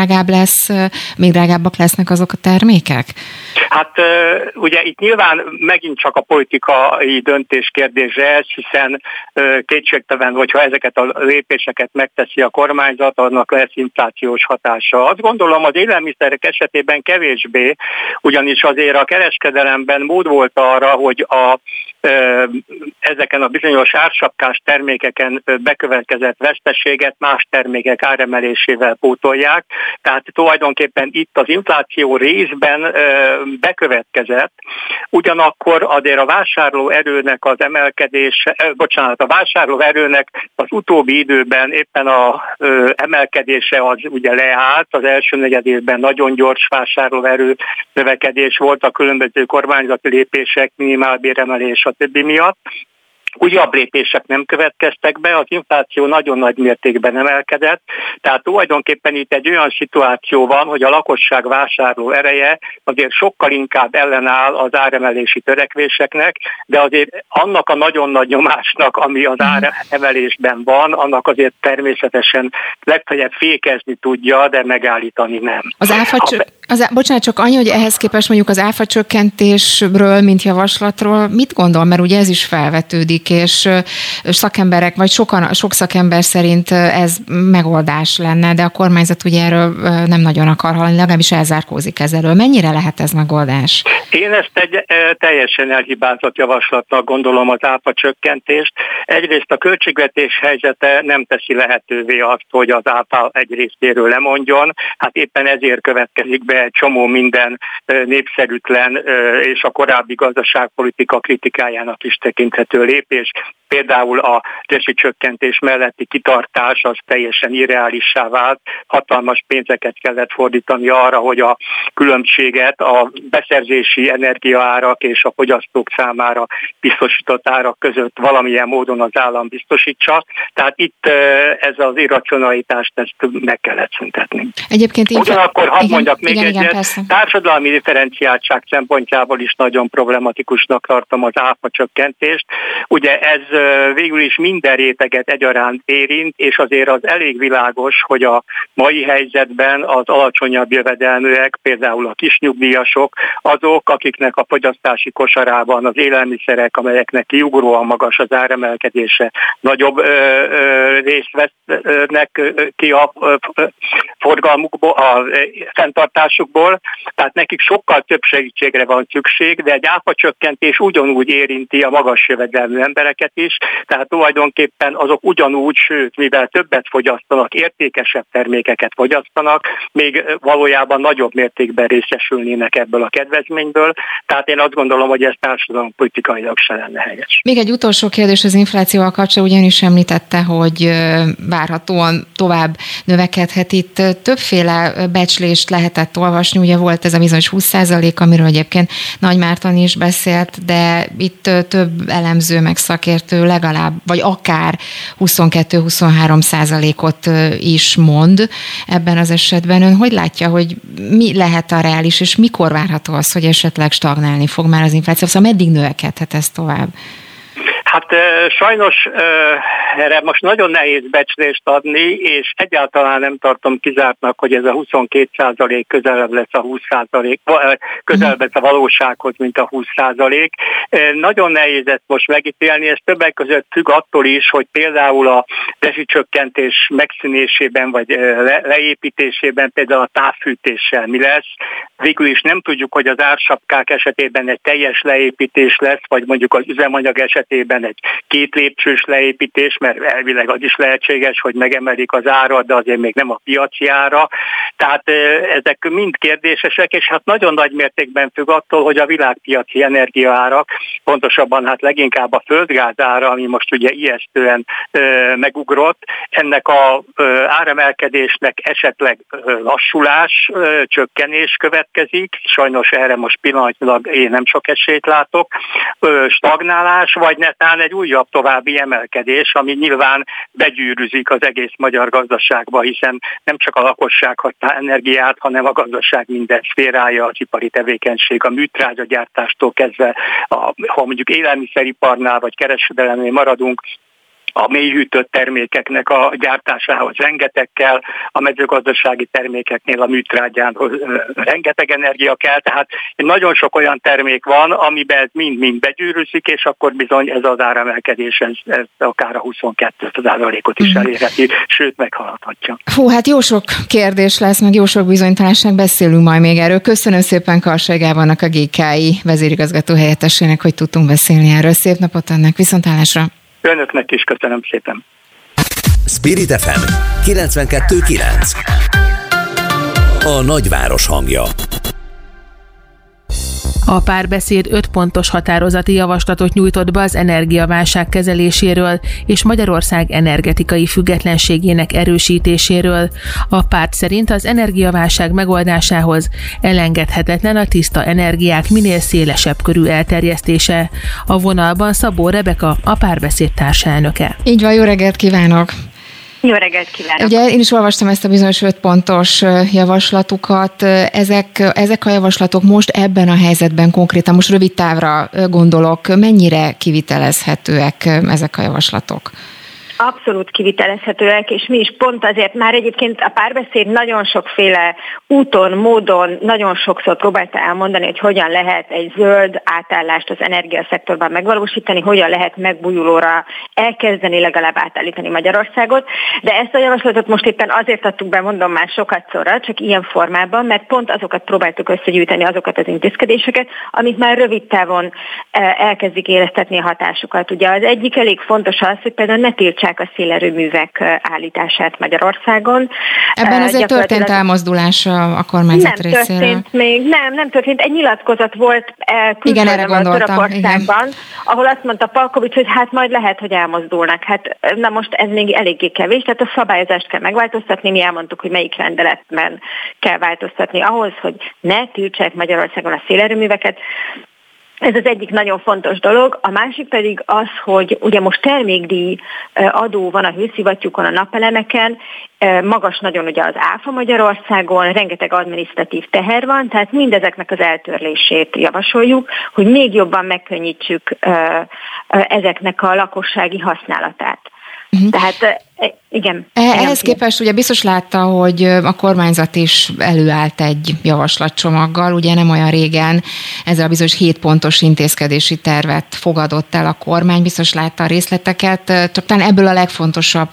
drágábbak lesznek azok a termékek? Hát ugye itt nyilván megint csak a politikai döntés kérdése ez, hiszen kétségtelen, hogyha ezeket a lépéseket megteszi a kormányzat, annak lesz inflációs hatása. Azt gondolom, az élelmiszerek esetében kevésbé, ugyanis azért a kereskedelemben mód volt arra, hogy ezeken a bizonyos ársapkás termékeken bekövetkezett veszteséget más termékek áremelésével pótolják. Tehát tulajdonképpen itt az infláció részben bekövetkezett, ugyanakkor azért a vásárlóerőnek az emelkedése, a vásárlóerőnek az utóbbi időben éppen az emelkedése az ugye leállt, az első negyedévben nagyon gyors vásárlóerő növekedés volt a különböző kormányzati lépések, minimálbéremelés, a többi miatt. Újabb lépések nem következtek be, az infláció nagyon nagy mértékben emelkedett, tehát tulajdonképpen itt egy olyan szituáció van, hogy a lakosság vásárló ereje azért sokkal inkább ellenáll az áremelési törekvéseknek, de azért annak a nagyon nagy nyomásnak, ami az áremelésben van, annak azért természetesen legfeljebb fékezni tudja, de megállítani nem. Bocsánat, csak annyi, hogy ehhez képest mondjuk az áfa csökkentésről, mint javaslatról mit gondol, mert ugye ez is felvetődik, és szakemberek, vagy sok szakember szerint ez megoldás lenne, de a kormányzat ugye erről nem nagyon akar hallani, legalábbis elzárkózik ezzel. Mennyire lehet ez megoldás? Én ezt egy teljesen elhibázott javaslatnak gondolom az áfa csökkentést. Egyrészt a költségvetés helyzete nem teszi lehetővé azt, hogy az áfa egy részéről lemondjon. Hát éppen ezért következik be egy csomó minden népszerűtlen és a korábbi gazdaságpolitika kritikájának is tekinthető lépés. Például a rezsicsökkentés melletti kitartás az teljesen irreálissá vált. Hatalmas pénzeket kellett fordítani arra, hogy a különbséget a beszerzési energiaárak és a fogyasztók számára biztosított árak között valamilyen módon az állam biztosítsa. Tehát itt ez az irracionalitást ezt meg kellett szüntetni. Egyébként ugyanakkor hadd mondjak még egyet, társadalmi differenciáltság szempontjából is nagyon problematikusnak tartom az áfa csökkentést. Ugye ez végül is minden réteget egyaránt érint, és azért az elég világos, hogy a mai helyzetben az alacsonyabb jövedelműek, például a kisnyugdíjasok, azok, akiknek a fogyasztási kosarában az élelmiszerek, amelyeknek kiugróan magas az áremelkedése, nagyobb részt vesznek ki a forgalmukból, a fenntartásukból, tehát nekik sokkal több segítségre van szükség, de egy áfacsökkentés ugyanúgy érinti a magas jövedelmű embereket is, tehát tulajdonképpen azok ugyanúgy, sőt, mivel többet fogyasztanak, értékesebb termékeket fogyasztanak, még valójában nagyobb mértékben részesülnének ebből a kedvezményből, tehát én azt gondolom, hogy ez társadalompolitikailag se lenne helyes. Még egy utolsó kérdés az inflációval kapcsolatban, ugyanis említette, hogy várhatóan tovább növekedhet. Itt többféle becslést lehetett olvasni, ugye volt ez a bizonyos 20%, amiről egyébként Nagy Márton is beszélt, de itt több elemző meg szakértő legalább, vagy akár 22-23%-ot is mond ebben az esetben. Ön hogy látja, hogy mi lehet a reális, és mikor várható az, hogy esetleg stagnálni fog már az infláció? Szóval meddig növekedhet ez tovább? Hát sajnos erre most nagyon nehéz becslést adni, és egyáltalán nem tartom kizártnak, hogy ez a 22% közelebb lesz a 20%, közelebb lesz a valósághoz, mint a 20%. Nagyon nehéz ezt most megítélni, ez többek között függ attól is, hogy például a rezsicsökkentés megszűnésében, vagy leépítésében például a távfűtéssel mi lesz. Végül is nem tudjuk, hogy az ársapkák esetében egy teljes leépítés lesz, vagy mondjuk az üzemanyag esetében egy 2 lépcsős leépítés, mert elvileg az is lehetséges, hogy megemelik az árat, de azért még nem a piaci ára. Tehát ezek mind kérdésesek, és hát nagyon nagy mértékben függ attól, hogy a világpiaci energiaárak, pontosabban hát leginkább a földgáz ára, ami most ugye ijesztően megugrott, ennek a áremelkedésnek esetleg lassulás, csökkenés következik, sajnos erre most pillanatnyilag én nem sok esélyt látok, stagnálás, vagy netán egy újabb további emelkedés, ami nyilván begyűrűzik az egész magyar gazdaságba, hiszen nem csak a lakosság használ energiát, hanem a gazdaság minden szférája, az ipari tevékenység, a műtrágyagyártástól kezdve, ha mondjuk élelmiszeriparnál vagy kereskedelemnél maradunk, a mélyhűtött termékeknek a gyártásához rengeteg kell, a mezőgazdasági termékeknél a műtrágyához rengeteg energia kell, tehát nagyon sok olyan termék van, amiben ez mind-mind begyűrűzik, és akkor bizony ez az áremelkedés, ez akár a 22%-ot is elérheti, sőt meghaladhatja. Hú, hát jó sok kérdés lesz, meg jó sok bizonytalanság, beszélünk majd még erről. Köszönöm szépen Karsai Gábornak, a GKI vezérigazgató helyettessének, hogy tudtunk beszélni erről. Szép napot önnek, viszontlátásra! Önöknek is köszönöm szépen. Spirit FM 92.9. A nagyváros hangja. A Párbeszéd 5 pontos határozati javaslatot nyújtott be az energiaválság kezeléséről és Magyarország energetikai függetlenségének erősítéséről. A párt szerint az energiaválság megoldásához elengedhetetlen a tiszta energiák minél szélesebb körű elterjesztése. A vonalban Szabó Rebeka, a Párbeszéd társelnöke. Így van, jó reggelt kívánok! Jó reggelt kívánok! Ugye én is olvastam ezt a bizonyos 5 pontos javaslatukat. Ezek a javaslatok most ebben a helyzetben konkrétan, most rövid távra gondolok, mennyire kivitelezhetőek ezek a javaslatok? Abszolút kivitelezhetőek, és mi is pont azért már egyébként a Párbeszéd nagyon sokféle úton, módon, nagyon sokszor próbálta elmondani, hogy hogyan lehet egy zöld átállást az energiaszektorban megvalósítani, hogyan lehet megbújulóra elkezdeni legalább átállítani Magyarországot, de ezt a javaslatot most éppen azért adtuk be, mondom már sokatszorra, csak ilyen formában, mert pont azokat próbáltuk összegyűjteni, azokat az intézkedéseket, amik már rövid távon elkezdik éreztetni a hatásukat. Ugye az egyik elég fontos az, hogy például ne tiltsák a szélerőművek állítását Magyarországon. Ebben azért történt elmozdulás a kormányzat részéről. Nem történt. Egy nyilatkozat volt Törökországban, ahol azt mondta Palkovics, hogy hát majd lehet, hogy elmozdulnak. Hát na most ez még eléggé kevés, tehát a szabályozást kell megváltoztatni, mi elmondtuk, hogy melyik rendeletben kell változtatni ahhoz, hogy ne tiltsák Magyarországon a szélerőműveket. Ez az egyik nagyon fontos dolog. A másik pedig az, hogy ugye most termékdíj adó van a hőszivattyúkon, a napelemeken, magas nagyon ugye az áfa Magyarországon, rengeteg adminisztratív teher van, tehát mindezeknek az eltörlését javasoljuk, hogy még jobban megkönnyítsük ezeknek a lakossági használatát. Tehát Igen. Ehhez képest ugye biztos látta, hogy a kormányzat is előállt egy javaslatcsomaggal, ugye nem olyan régen ezzel a bizonyos 7 pontos intézkedési tervet fogadott el a kormány, biztos látta a részleteket, csak talán ebből a legfontosabb,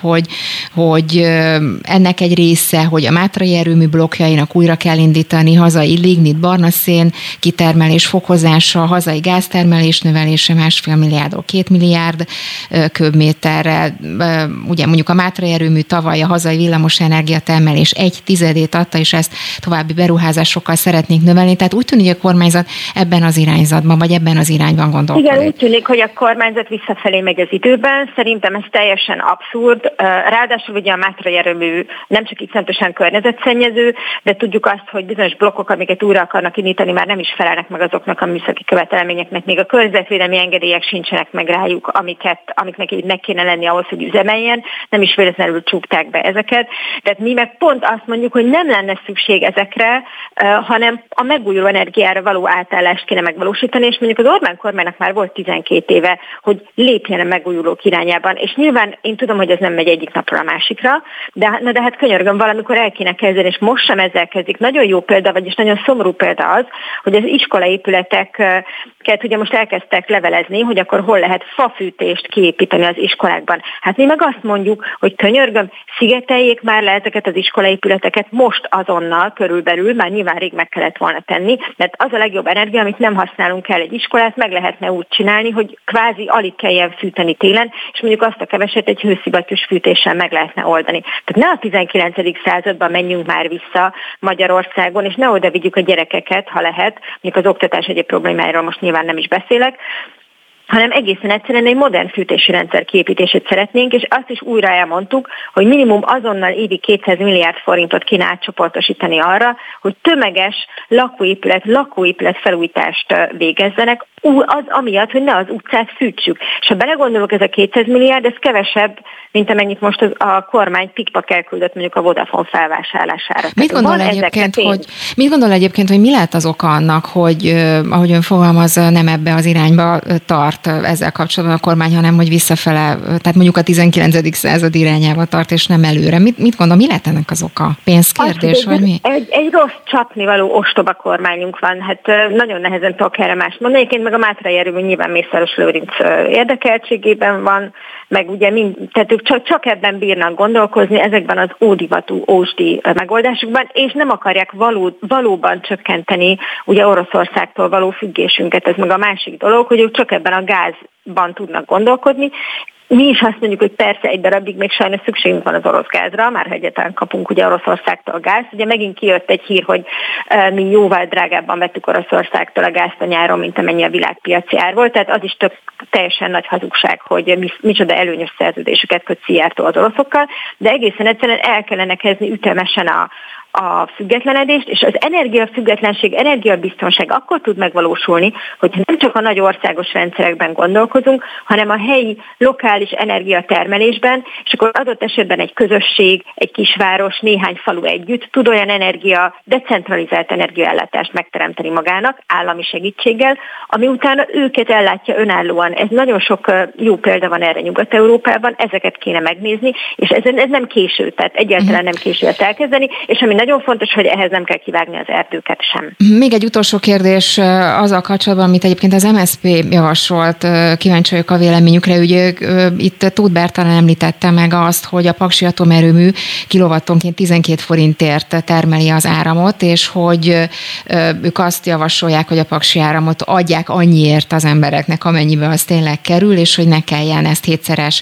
hogy ennek egy része, hogy a Mátrai erőmű blokkjainak újra kell indítani, hazai lignit, barna szén kitermelés fokozása, hazai gáztermelés növelése 1,5 milliárdról 2 milliárd köbméterre, ugye mondjuk a Mátrai erőmű tavaly a hazai villamosenergia termelés 1/10 adta, és ezt további beruházásokkal szeretnék növelni. Tehát úgy tűnik, hogy a kormányzat ebben az irányzatban, vagy ebben az irányban gondolkodik. Igen, úgy tűnik, hogy a kormányzat visszafelé megy az időben. Szerintem ez teljesen abszurd. Ráadásul ugye a Mátrai erőmű nem csak iszonyatosan környezetszennyező, de tudjuk azt, hogy bizonyos blokkok, amiket újra akarnak indítani, már nem is felelnek meg azoknak a műszaki követelményeknek. Még a környezetvédelmi engedélyek sincsenek meg rájuk, amiknek így meg kéne lenni ahhoz, hogy üzemeljen. Nem is véletlenül csukták be ezeket. Tehát mi meg pont azt mondjuk, hogy nem lenne szükség ezekre, hanem a megújuló energiára való átállást kéne megvalósítani, és mondjuk az Orbán kormánynak már volt 12 éve, hogy lépjen a megújulók irányában. És nyilván én tudom, hogy ez nem megy egyik napról a másikra, de hát könyörgöm, valamikor el kéne kezdeni, és most sem ezzel kezdik. Nagyon jó példa, vagyis nagyon szomorú példa az, hogy az iskolaépületeket ugye most elkezdtek levelezni, hogy akkor hol lehet fafűtést kiépíteni az iskolákban. Hát mi meg azt mondjuk, hogy könyörgöm, szigeteljék már le ezeket az iskolaépületeket most azonnal körülbelül, már nyilván rég meg kellett volna tenni, mert az a legjobb energia, amit nem használunk el egy iskolát, meg lehetne úgy csinálni, hogy kvázi alig kelljen fűteni télen, és mondjuk azt a keveset egy hőszivattyús fűtéssel meg lehetne oldani. Tehát ne a 19. században menjünk már vissza Magyarországon, és ne oda vigyük a gyerekeket, ha lehet, mondjuk az oktatás egyéb problémáiról most nyilván nem is beszélek, hanem egészen egyszerűen egy modern fűtési rendszer kiépítését szeretnénk, és azt is újra elmondtuk, hogy minimum azonnal évi 200 milliárd forintot kéne átcsoportosítani arra, hogy tömeges lakóépület felújítást végezzenek, az amiatt, hogy ne az utcát fűtsük. És ha belegondolok, ez a 200 milliárd, ez kevesebb, mint amennyit most a kormány pikpak elküldött mondjuk a Vodafone felvásárlására. Mit gondol egyébként, hogy mi lehet az oka annak, hogy ahogy ön fogalmaz, nem ebbe az irányba tart ezzel kapcsolatban a kormány, hanem hogy visszafele, tehát mondjuk a 19. század irányába tart, és nem előre. Mit gondol, mi lehet ennek az oka? Pénzkérdés, vagy mi? Egy rossz csapnivaló ostoba kormányunk van, hát nagyon nehezen tudok erre mást mondani. Egyébként meg a Mátrai erőmű nyilván Mészáros Lőrinc érdekeltségében van, meg ugye tehát ők csak ebben bírnak gondolkozni, ezekben az ódivatú ósdi megoldásokban, és nem akarják valóban csökkenteni ugye Oroszországtól való függésünket. Ez meg a másik dolog, hogy ők csak ebben a gázban tudnak gondolkodni. Mi is azt mondjuk, hogy persze egy darabig még sajnos szükségünk van az orosz gázra, már ha egyáltalán kapunk ugye Oroszországtól a gázt. Ugye megint kijött egy hír, hogy mi jóval drágábban vettük Oroszországtól a gázt a nyáron, mint amennyi a világpiaci ár volt. Tehát az is teljesen nagy hazugság, hogy micsoda előnyös szerződéseket köt Szijjártó az oroszokkal, de egészen egyszerűen el kellene kezdeni ütemesen a függetlenedést, és az energiafüggetlenség, energiabiztonság akkor tud megvalósulni, hogy nem csak a nagy országos rendszerekben gondolkozunk, hanem a helyi, lokális energiatermelésben, és akkor adott esetben egy közösség, egy kisváros, néhány falu együtt tud olyan decentralizált energiaellátást megteremteni magának, állami segítséggel, ami utána őket ellátja önállóan. Ez nagyon sok jó példa van erre Nyugat-Európában, ezeket kéne megnézni, és ez nem késő, tehát egyáltalán nem késő ezt elkezdeni, és ami nagyon fontos, hogy ehhez nem kell kivágni az erdőket sem. Még egy utolsó kérdés azzal kapcsolatban, amit egyébként az MSZP javasolt, kíváncsi vagyok a véleményükre, ugye itt Tóth Bertalan említette meg azt, hogy a paksi atomerőmű kilowattonként 12 forintért termeli az áramot, és hogy ők azt javasolják, hogy a paksi áramot adják annyiért az embereknek, amennyibe az tényleg kerül, és hogy ne kelljen ezt 7-szeres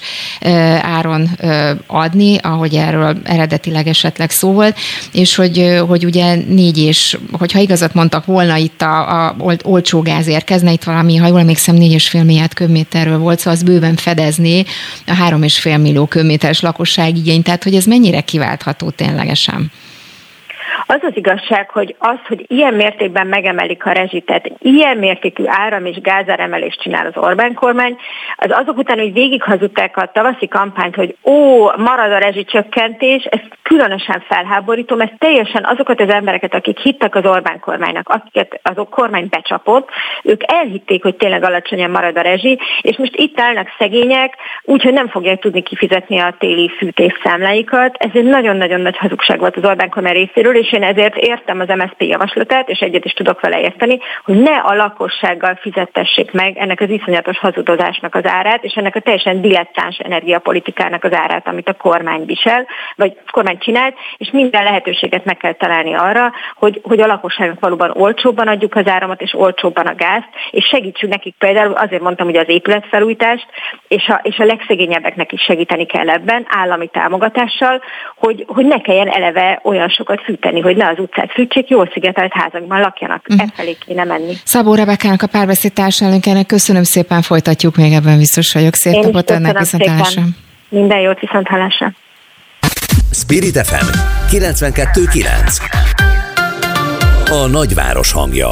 áron adni, ahogy erről eredetileg esetleg szó volt, és hogy ugye 4 és, hogyha igazat mondtak volna, itt a olcsó gáz érkezne, itt valami, ha jól emlékszem, 4,5 milliárd köbméterről volt, szóval az bőven fedezné a 3,5 millió köbméteres lakosság igényt, tehát hogy ez mennyire kiváltható ténylegesen? az az igazság, hogy hogy ilyen mértékben megemelik a rezsit, tehát ilyen mértékű áram- és gázáremelést csinál az Orbán kormány, az azok után, hogy végighazudták a tavaszi kampányt, hogy marad a rezsicsökkentés, ez különösen felháborító, mert teljesen azokat az embereket, akik hittek az Orbán kormánynak, akiket az kormány becsapott, ők elhitték, hogy tényleg alacsonyan marad a rezsi, és most itt állnak szegények, úgyhogy nem fogják tudni kifizetni a téli fűtésszámláikat. Ez egy nagyon-nagyon nagy hazugság volt az Orbán kormány részéről, és én ezért értem az MSZP javaslatát, és egyet is tudok vele érteni, hogy ne a lakossággal fizettessék meg ennek az iszonyatos hazudozásnak az árát, és ennek a teljesen dilettáns energiapolitikának az árát, amit a kormány visel, vagy a kormány csinált, és minden lehetőséget meg kell találni arra, hogy a lakosságnak valóban olcsóbban adjuk az áramot, és olcsóbban a gázt, és segítsünk nekik például, azért mondtam, hogy az épületfelújítást, és a legszegényebbeknek is segíteni kell ebben, állami támogatással, hogy ne kelljen eleve olyan sokat fűteni, hogy ne az utcát fűtsék, jól szigetelt házakban lakjanak. Efelé kéne menni. Szabó Rebekának, a Párbeszéd társelnökének köszönöm szépen, folytatjuk még, ebben biztos vagyok. Szép napot önnek, viszonthallásra. Minden jót, viszonthallásra. Spirit FM 92.9. A nagyváros hangja.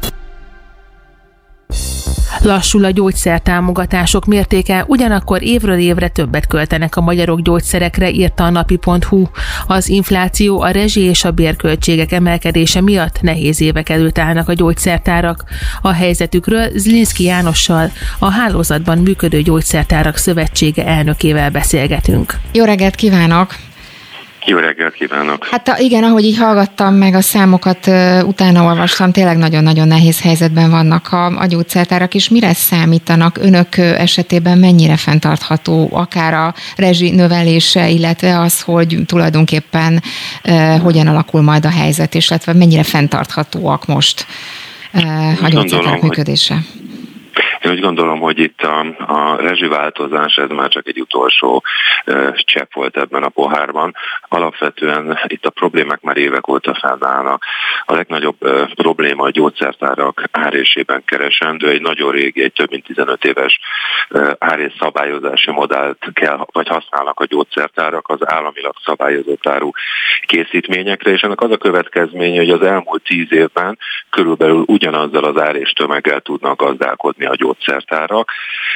Lassul a gyógyszertámogatások mértéke, ugyanakkor évről évre többet költenek a magyarok gyógyszerekre, írta a napi.hu. Az infláció, a rezsi és a bérköltségek emelkedése miatt nehéz évek előtt állnak a gyógyszertárak. A helyzetükről Zlinszky Jánossal, a hálózatban működő Gyógyszertárak Szövetsége elnökével beszélgetünk. Jó reggelt kívánok! Jó reggelt kívánok! Hát igen, ahogy így hallgattam meg a számokat, utána olvastam, tényleg nagyon-nagyon nehéz helyzetben vannak a gyógyszertárak, és mire számítanak önök esetében, mennyire fenntartható akár a rezsi növelése, illetve az, hogy tulajdonképpen hogyan alakul majd a helyzet, és illetve mennyire fenntarthatóak most a gyógyszertárak működése? Én úgy gondolom, hogy itt a rezsiváltozás, ez már csak egy utolsó csepp volt ebben a pohárban. Alapvetően itt a problémák már évek óta fennállnak. A legnagyobb probléma a gyógyszertárak árésében keresendő, egy nagyon régi, egy több mint 15 éves árés szabályozási modellt kell, vagy használnak a gyógyszertárak az államilag szabályozott áru készítményekre, és ennek az a következménye, hogy az elmúlt 10 évben körülbelül ugyanazzal az áréstömeggel tudnak gazdálkodni a gyógyszertárak.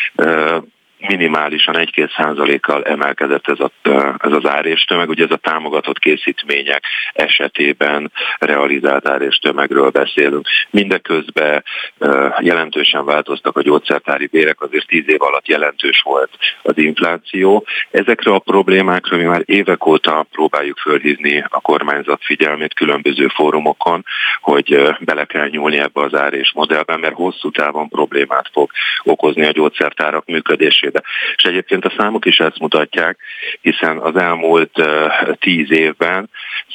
Minimálisan 1-2%-kal emelkedett ez az áréstömeg, ugye ez a támogatott készítmények esetében realizált áréstömegről beszélünk. Mindeközben jelentősen változtak a gyógyszertári bérek, azért 10 év alatt jelentős volt az infláció. Ezekre a problémákra mi már évek óta próbáljuk fölhívni a kormányzat figyelmét különböző fórumokon, hogy bele kell nyúlni ebbe az árés modellben, mert hosszú távon problémát fog okozni a gyógyszertárak működésében. És egyébként a számok is ezt mutatják, hiszen az elmúlt 10 évben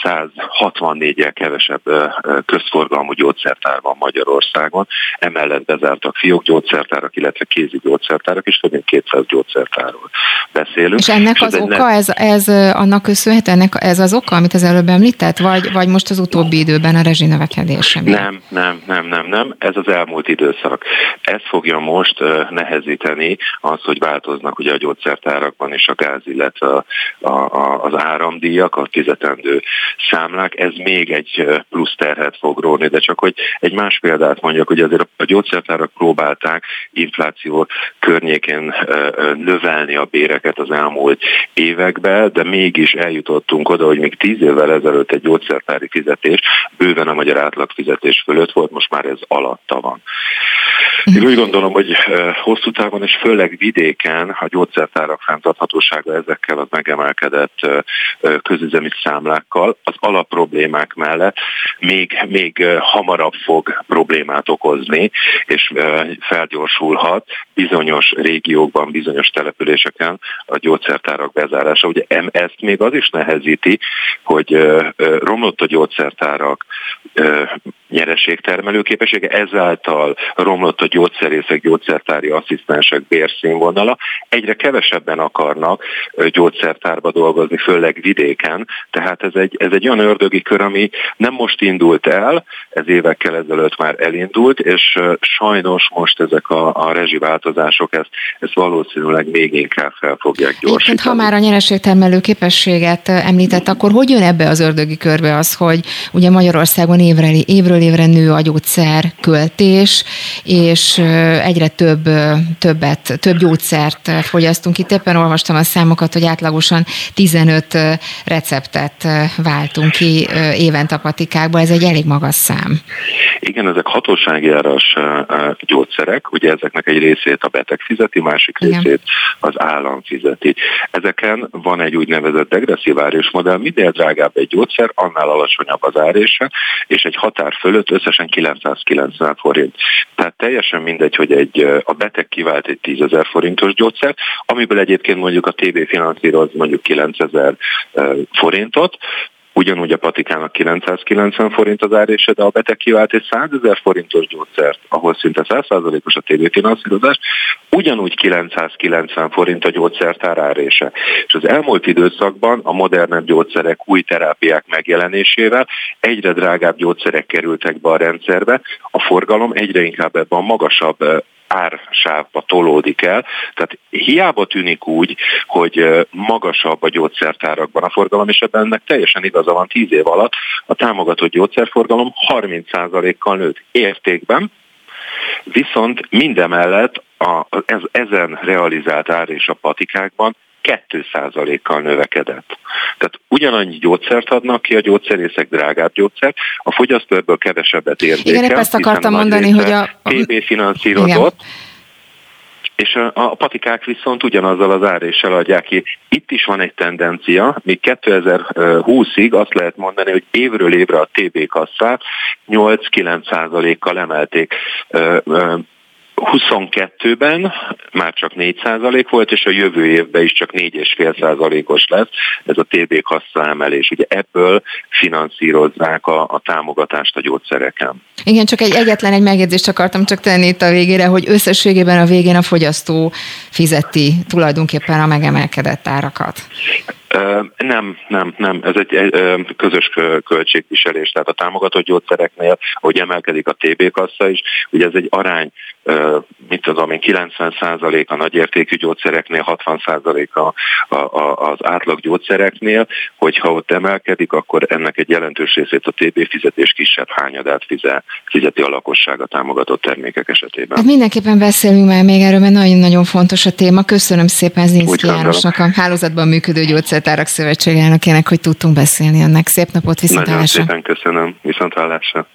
164-jel kevesebb közforgalmú gyógyszertár van Magyarországon, emellett bezártak fiókgyógyszertárak, illetve kézi gyógyszertárak, és több mint 200 gyógyszertárról beszélünk. És ennek az oka, ez annak köszönhető, ez az oka, amit az előbb említett, vagy most az utóbbi időben a rezsinövekedése? Nem, ez az elmúlt időszak. Ez fogja most nehezíteni az, hogy változnak ugye a gyógyszertárakban is a gáz, illetve az áramdíjak, a fizetendő számlák, ez még egy plusz terhet fog róni, de csak hogy egy más példát mondjak, hogy azért a gyógyszertárak próbálták infláció környékén növelni a béreket az elmúlt években, de mégis eljutottunk oda, hogy még 10 évvel ezelőtt egy gyógyszertári fizetés bőven a magyar átlagfizetés fölött volt, most már ez alatta van. Én úgy gondolom, hogy hosszú távon és főleg vidéken a gyógyszertárak fenntarthatósága ezekkel az megemelkedett közüzemi számlákkal az alapproblémák mellett még hamarabb fog problémát okozni, és felgyorsulhat bizonyos régiókban, bizonyos településeken a gyógyszertárak bezárása. Ugye ezt még az is nehezíti, hogy romlott a gyógyszertárak nyereségtermelő képessége, ezáltal romlott a gyógyszerészek, gyógyszertári asszisztensek bérszínvonala. Egyre kevesebben akarnak gyógyszertárba dolgozni, főleg vidéken, tehát ez egy olyan ördögi kör, ami nem most indult el, ez évekkel ezelőtt már elindult, és sajnos most ezek a rezsiváltozások ezt valószínűleg még inkább fel fogják gyorsítani. Ha már a nyereségtermelő képességet említett, akkor hogy jön ebbe az ördögi körbe az, hogy ugye Magyarországon évről évre nő a gyógyszerköltés, és egyre több gyógyszert fogyasztunk. Itt éppen olvastam a számokat, hogy átlagosan 15 receptet váltunk ki évente a patikákból, ez egy elég magas szám. Igen, ezek hatósági áras gyógyszerek, ugye ezeknek egy részét a beteg fizeti, másik részét az állam fizeti. Ezeken van egy úgynevezett degresszív árésmodell, minél drágább egy gyógyszer, annál alacsonyabb az árése, és egy határ fölött összesen 990 forint. Tehát teljesen mindegy, hogy a beteg kivált egy 10 000 forintos gyógyszert, amiből egyébként mondjuk a TB finanszíroz mondjuk 9000 forintot, ugyanúgy a patikának 990 forint az árése, de a beteg kivált egy 100 000 forintos gyógyszert, ahol szinte 100%-os a TB finanszírozás, ugyanúgy 990 forint a gyógyszertár árése. És az elmúlt időszakban a modernebb gyógyszerek, új terápiák megjelenésével egyre drágább gyógyszerek kerültek be a rendszerbe, a forgalom egyre inkább ebben a magasabb ársávba tolódik el, tehát hiába tűnik úgy, hogy magasabb a gyógyszertárakban a forgalom, és ebben ennek teljesen igaza van, 10 év alatt a támogatott gyógyszerforgalom 30%-kal nőtt értékben, viszont mindemellett ezen realizált ár és a patikákban 2%-kal növekedett. Tehát ugyanannyi gyógyszert adnak ki a gyógyszerészek, drágább gyógyszert, a fogyasztó ebből kevesebbet érzékel. Igen, ezt akartam mondani, hogy a TB finanszírozott, igen. És a patikák viszont ugyanazzal az áréssel adják ki. Itt is van egy tendencia, míg 2020-ig azt lehet mondani, hogy évről évre a TB kasszát 8-9%-kal emelték. 22-ben már csak 4% volt, és a jövő évben is csak 4,5%-os lesz ez a TB kassa emelés. Ugye ebből finanszírozzák a támogatást a gyógyszereken. Igen, csak egyetlen egy megjegyzést akartam csak tenni itt a végére, hogy összességében a végén a fogyasztó fizeti tulajdonképpen a megemelkedett árakat. Nem. Ez egy közös költségviselés. Tehát a támogatott gyógyszereknél, ahogy emelkedik a TB kassa is, ugye ez egy arány, 90% a nagyértékű gyógyszereknél, 60% az átlag gyógyszereknél, hogyha ott emelkedik, akkor ennek egy jelentős részét a TB fizetés kisebb hányadát fizeti a lakosság a támogatott termékek esetében. Hát mindenképpen beszélünk már még erről, mert nagyon-nagyon fontos a téma. Köszönöm szépen Zniszky Jánosnak, a hálózatban működő Gyógyszertárak Szövetség elnökének, hogy tudtunk beszélni önnek. Szép napot, viszonthallásra! Nagyon szépen köszönöm, viszonthallásra!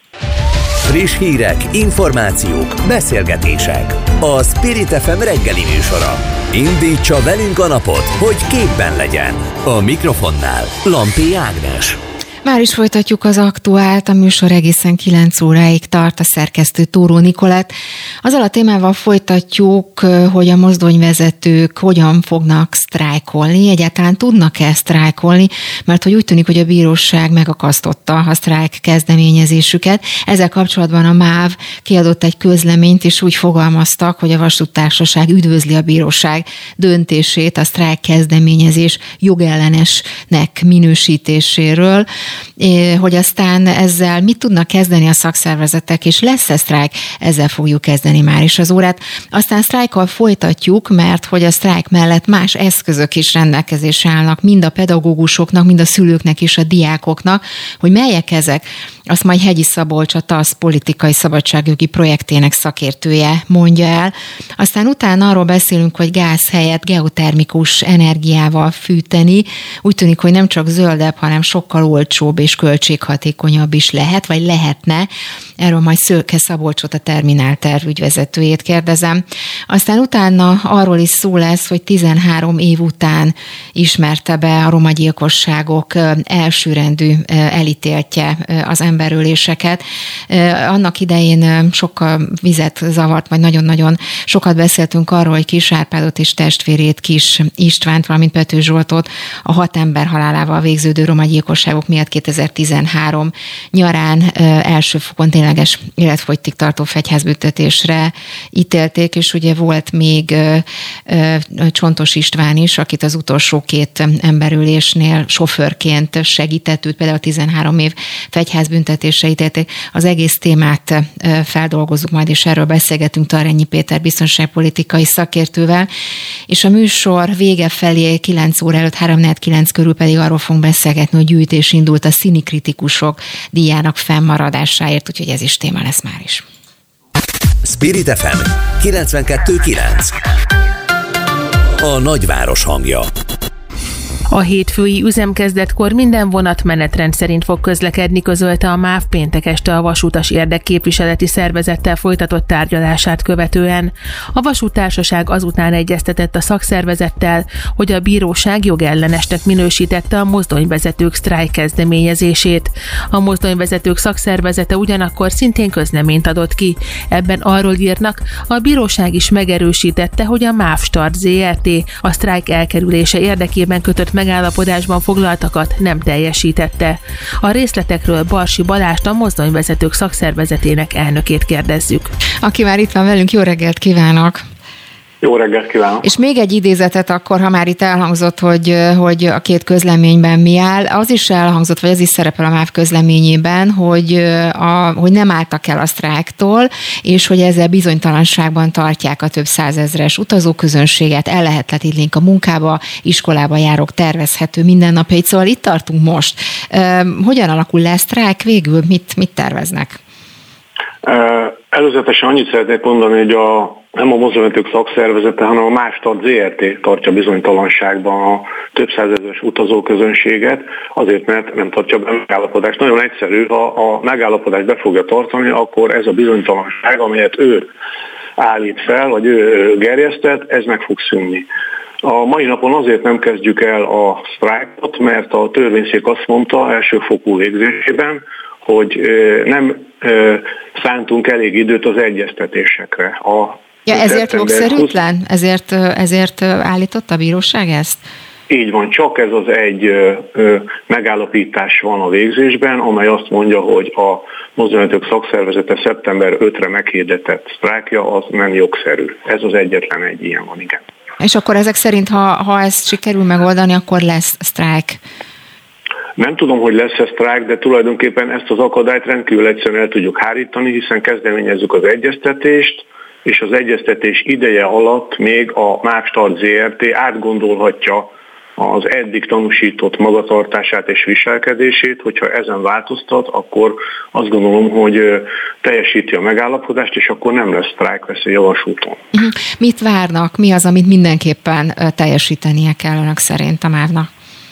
Friss hírek, információk, beszélgetések. A Spirit FM reggeli műsora. Indítsa velünk a napot, hogy képben legyen. A mikrofonnál Lampi Ágnes. Már is folytatjuk az aktuált, a műsor egészen 9 óráig tart, a szerkesztő Tóró Nikolett. Azzal a témával folytatjuk, hogy a mozdonyvezetők hogyan fognak sztrájkolni, egyáltalán tudnak-e sztrájkolni, mert hogy úgy tűnik, hogy a bíróság megakasztotta a sztrájk kezdeményezésüket. Ezzel kapcsolatban a MÁV kiadott egy közleményt, és úgy fogalmaztak, hogy a vasúttársaság üdvözli a bíróság döntését a sztrájk kezdeményezés jogellenesnek minősítéséről, hogy aztán ezzel mit tudnak kezdeni a szakszervezetek, és lesz-e sztrájk, ezzel fogjuk kezdeni már is az órát. Aztán sztrájkkal folytatjuk, mert hogy a sztrájk mellett más eszközök is rendelkezésre állnak, mind a pedagógusoknak, mind a szülőknek és a diákoknak, hogy melyek ezek, azt majd Hegyi Szabolcs, a TASZ politikai szabadságjogi projektének szakértője mondja el. Aztán utána arról beszélünk, hogy gáz helyett geotermikus energiával fűteni. Úgy tűnik, hogy nem csak zöldebb, hanem sokkal olcsóbb és költséghatékonyabb is lehet, vagy lehetne. Erről majd Szőke Szabolcsot, a Terminálterv ügyvezetőjét kérdezem. Aztán utána arról is szó lesz, hogy 13 év után ismerte be a romagyilkosságok elsőrendű elítéltje az emberöléseket. Annak idején sokkal vizet zavart, vagy nagyon-nagyon sokat beszéltünk arról, hogy Kis Árpádot és testvérét, Kis Istvánt, valamint Pető Zsoltot a 6 ember halálával végződő romagyilkosságok miatt 2013 nyarán első fokon tényleges életfogytig tartó fegyházbüntetésre ítélték, és ugye volt még Csontos István is, akit az utolsó 2 emberülésnél sofőrként segített, őt például 13 év fegyházbüntetésre ítélték. Az egész témát feldolgozzuk majd, és erről beszélgetünk Tarrényi Péter biztonságpolitikai szakértővel, és a műsor vége felé 9 óra előtt, 3-4-9 körül pedig arról fogunk beszélgetni, hogy gyűjtés indult a színikritikusok díjának fennmaradásáért, úgyhogy ez is téma lesz már is. Spirit FM 92.9. A nagyváros hangja. A hétfői üzemkezdetkor minden vonat menetrend szerint fog közlekedni, közölte a MÁV péntek este a vasútas érdekképviseleti szervezettel folytatott tárgyalását követően. A vasúttársaság azután egyeztetett a szakszervezettel, hogy a bíróság jogellenesnek minősítette a mozdonyvezetők sztrájk kezdeményezését. A mozdonyvezetők szakszervezete ugyanakkor szintén közleményt adott ki. Ebben arról írnak, a bíróság is megerősítette, hogy a MÁV Start Zrt. A sztrájk elkerülése érdekében kötött megállapodásban foglaltakat nem teljesítette. A részletekről Barsi Balást, a mozdonyvezetők szakszervezetének elnökét kérdezzük. Aki már itt van velünk, jó reggelt kívánok! Jó reggelt kívánok! És még egy idézetet akkor, ha már itt elhangzott, hogy a 2 közleményben mi áll, az is elhangzott, vagy ez is szerepel a MÁV közleményében, hogy nem álltak el a sztrájktól, és hogy ezzel bizonytalanságban tartják a több százezres utazóközönséget, ellehetetlenítik a munkába, iskolába járok, tervezhető mindennapjait, szóval itt tartunk most. Hogyan alakul le a sztrájk végül? Mit terveznek? Előzetesen annyit szeretnék mondani, hogy nem a mozdonyvezetők szakszervezete, hanem a MÁV Start Zrt. Tartja bizonytalanságban a több százezres utazóközönséget, azért, mert nem tartja be a megállapodást. Nagyon egyszerű, ha a megállapodást be fogja tartani, akkor ez a bizonytalanság, amelyet ő állít fel, vagy ő gerjesztett, ez meg fog szűnni. A mai napon azért nem kezdjük el a sztrájkot, mert a törvényszék azt mondta elsőfokú végzésében, hogy nem szántunk elég időt az egyeztetésekre. Ezért jogszerűtlen? Ezért állított a bíróság ezt? Így van, csak ez az egy megállapítás van a végzésben, amely azt mondja, hogy a mozdonyvezetők szakszervezete szeptember 5-re meghirdetett sztrájkja az nem jogszerű. Ez az egyetlen egy ilyen van, igen. És akkor ezek szerint, ha ezt sikerül megoldani, akkor lesz sztrájk? Nem tudom, hogy lesz-e sztrájk, de tulajdonképpen ezt az akadályt rendkívül egyszerűen el tudjuk hárítani, hiszen kezdeményezzük az egyeztetést, és az egyeztetés ideje alatt még a MÁV Start Zrt. Átgondolhatja az eddig tanúsított magatartását és viselkedését, hogyha ezen változtat, akkor azt gondolom, hogy teljesíti a megállapodást, és akkor nem lesz sztrájkveszély a vasúton. Mit várnak? Mi az, amit mindenképpen teljesítenie kell önök szerint a MÁV-nak?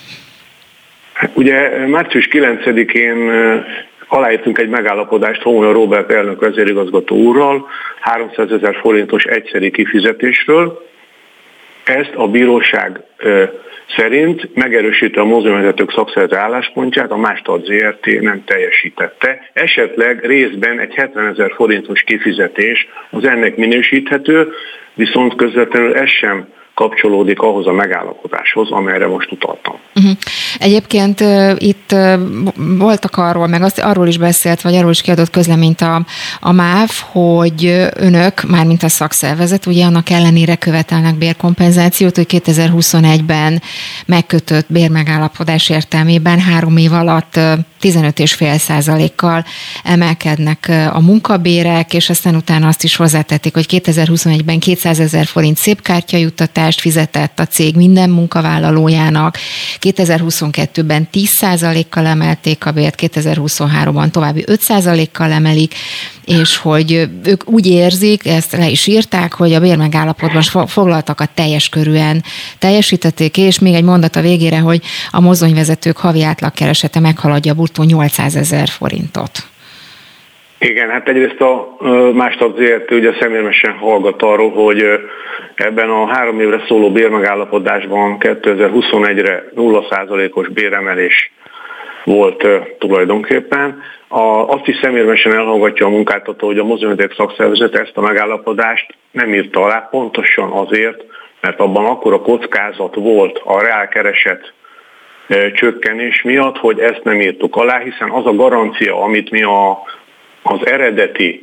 Ugye március 9-én aláírtunk egy megállapodást Homoly Róbert elnök vezérigazgató úrral 300 000 forintos egyszeri kifizetésről. Ezt a bíróság szerint megerősíti a mozdonyvezetők szakszervezet álláspontját, a MÁV Start Zrt. Nem teljesítette. Esetleg részben egy 70 000 forintos kifizetés az ennek minősíthető, viszont közvetlenül ez sem kapcsolódik ahhoz a megállapodáshoz, amelyre most utaltam. Egyébként itt voltak arról, meg arról is beszélt, vagy arról is kiadott közleményt a MÁV, hogy önök, mármint a szakszervezet, ugye annak ellenére követelnek bérkompenzációt, hogy 2021-ben megkötött bérmegállapodás értelmében 3 év alatt 15,5%-kal emelkednek a munkabérek, és aztán utána azt is hozzátették, hogy 2021-ben 200 000 forint szépkártyajuttatást fizetett a cég minden munkavállalójának, 2022-ben 10%-kal emelték a bért, 2023-ban további 5%-kal emelik, és hogy ők úgy érzik, ezt le is írták, hogy a bérmegállapotban foglaltakat teljes körűen teljesítették, és még egy mondat a végére, hogy a mozdonyvezetők havi átlagkeresete meghaladja bruttó 800 000 forintot. Igen, hát egyrészt a MÁV Start Zrt. Ugye személyesen hallgat arról, hogy ebben a 3 évre szóló bérmegállapodásban 2021-re 0%-os béremelés volt tulajdonképpen. Azt is szemérmesen elhallgatja a munkáltató, hogy a mozdonyvezetők szakszervezet ezt a megállapodást nem írta alá, pontosan azért, mert abban akkora kockázat volt a reálkereset csökkenés miatt, hogy ezt nem írtuk alá, hiszen az a garancia, amit mi az eredeti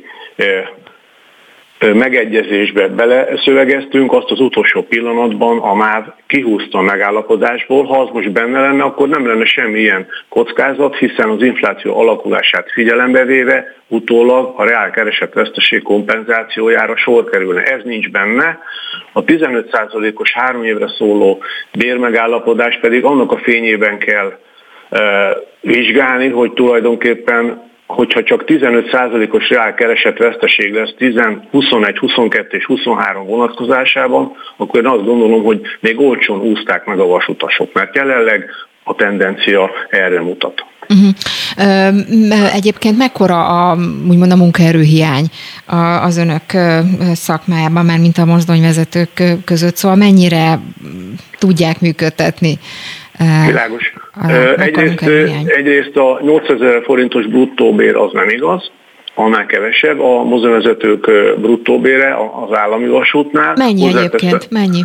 megegyezésbe beleszövegeztünk, azt az utolsó pillanatban a MÁV kihúzta a megállapodásból. Ha az most benne lenne, akkor nem lenne semmilyen kockázat, hiszen az infláció alakulását figyelembe véve utólag a reálkeresett veszteség kompenzációjára sor kerülne. Ez nincs benne. A 15%-os 3 évre szóló bérmegállapodás pedig annak a fényében kell vizsgálni, hogy tulajdonképpen hogyha csak 15%-os reálkeresett veszteség lesz 21, 22 és 23 vonatkozásában, akkor én azt gondolom, hogy még olcsón úszták meg a vasutasok, mert jelenleg a tendencia erre mutat. Egyébként mekkora úgymond a munkaerőhiány az önök szakmájában, már mint a mozdonyvezetők között, szóval mennyire tudják működtetni? Világos. Egyrészt a 8000 forintos bruttóbér az nem igaz, annál kevesebb. A mozdonyvezetők bruttóbére az állami vasútnál. Mennyi egyébként? Mennyi?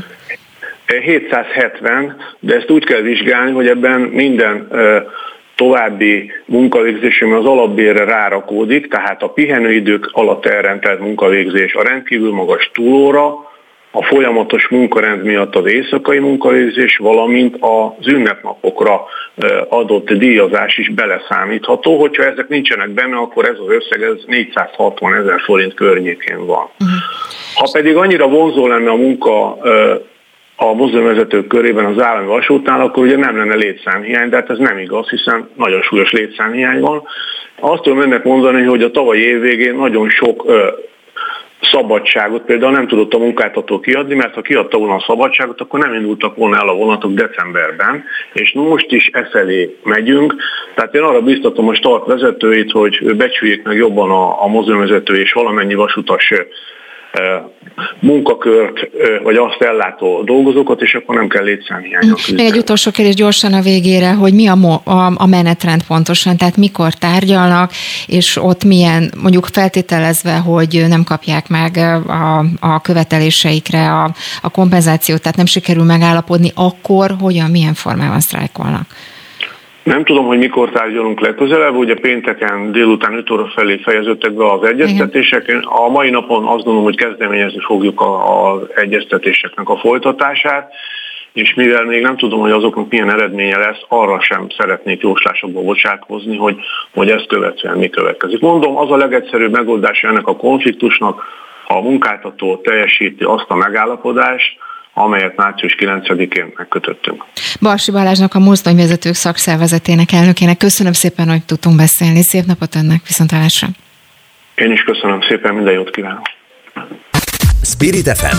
770, de ezt úgy kell vizsgálni, hogy ebben minden további munkavégzés, ami az alapbérre rárakódik, tehát a pihenőidők alatt elrendelt munkavégzés, a rendkívül magas túlóra, a folyamatos munkarend miatt az éjszakai munkavégzés, valamint az ünnepnapokra adott díjazás is beleszámítható. Hogyha ezek nincsenek benne, akkor ez az összeg 460 000 forint környékén van. Ha pedig annyira vonzó lenne a munka a mozdonyvezetők körében az állami vasútnál, akkor ugye nem lenne létszámhiány, de hát ez nem igaz, hiszen nagyon súlyos létszámhiány van. Azt tudom önnek mondani, hogy a tavalyi év végén nagyon sok szabadságot például nem tudott a munkáltató kiadni, mert ha kiadta volna a szabadságot, akkor nem indultak volna el a vonatok decemberben, és most is e felé megyünk. Tehát én arra biztatom a start vezetőit, hogy becsüljék meg jobban a mozdonyvezető és valamennyi vasutas munkakört, vagy azt ellátó dolgozókat, és akkor nem kell létszámhiányon küzdeni. Még egy utolsó kérdés gyorsan a végére, hogy mi a menetrend pontosan, tehát mikor tárgyalnak, és ott milyen, mondjuk feltételezve, hogy nem kapják meg a követeléseikre a kompenzációt, tehát nem sikerül megállapodni, akkor hogyan, milyen formában sztrájkolnak? Nem tudom, hogy mikor tárgyalunk legközelebb, ugye pénteken délután 5 óra felé fejeződtek be az egyeztetések. Igen. A mai napon azt gondolom, hogy kezdeményezni fogjuk az egyeztetéseknek a folytatását, és mivel még nem tudom, hogy azoknak milyen eredménye lesz, arra sem szeretnék jóslásokból bocsátkozni, hogy ezt követően mi következik. Mondom, az a legegyszerűbb megoldása ennek a konfliktusnak, ha a munkáltató teljesíti azt a megállapodást, amelyet március 9-én megkötöttünk. Balsi Balázsnak, a mozdonyvezetők szakszervezetének elnökének köszönöm szépen, hogy tudtunk beszélni. Szép napot önnek, viszontlátásra! Én is köszönöm szépen, minden jót kívánok! Spirit FM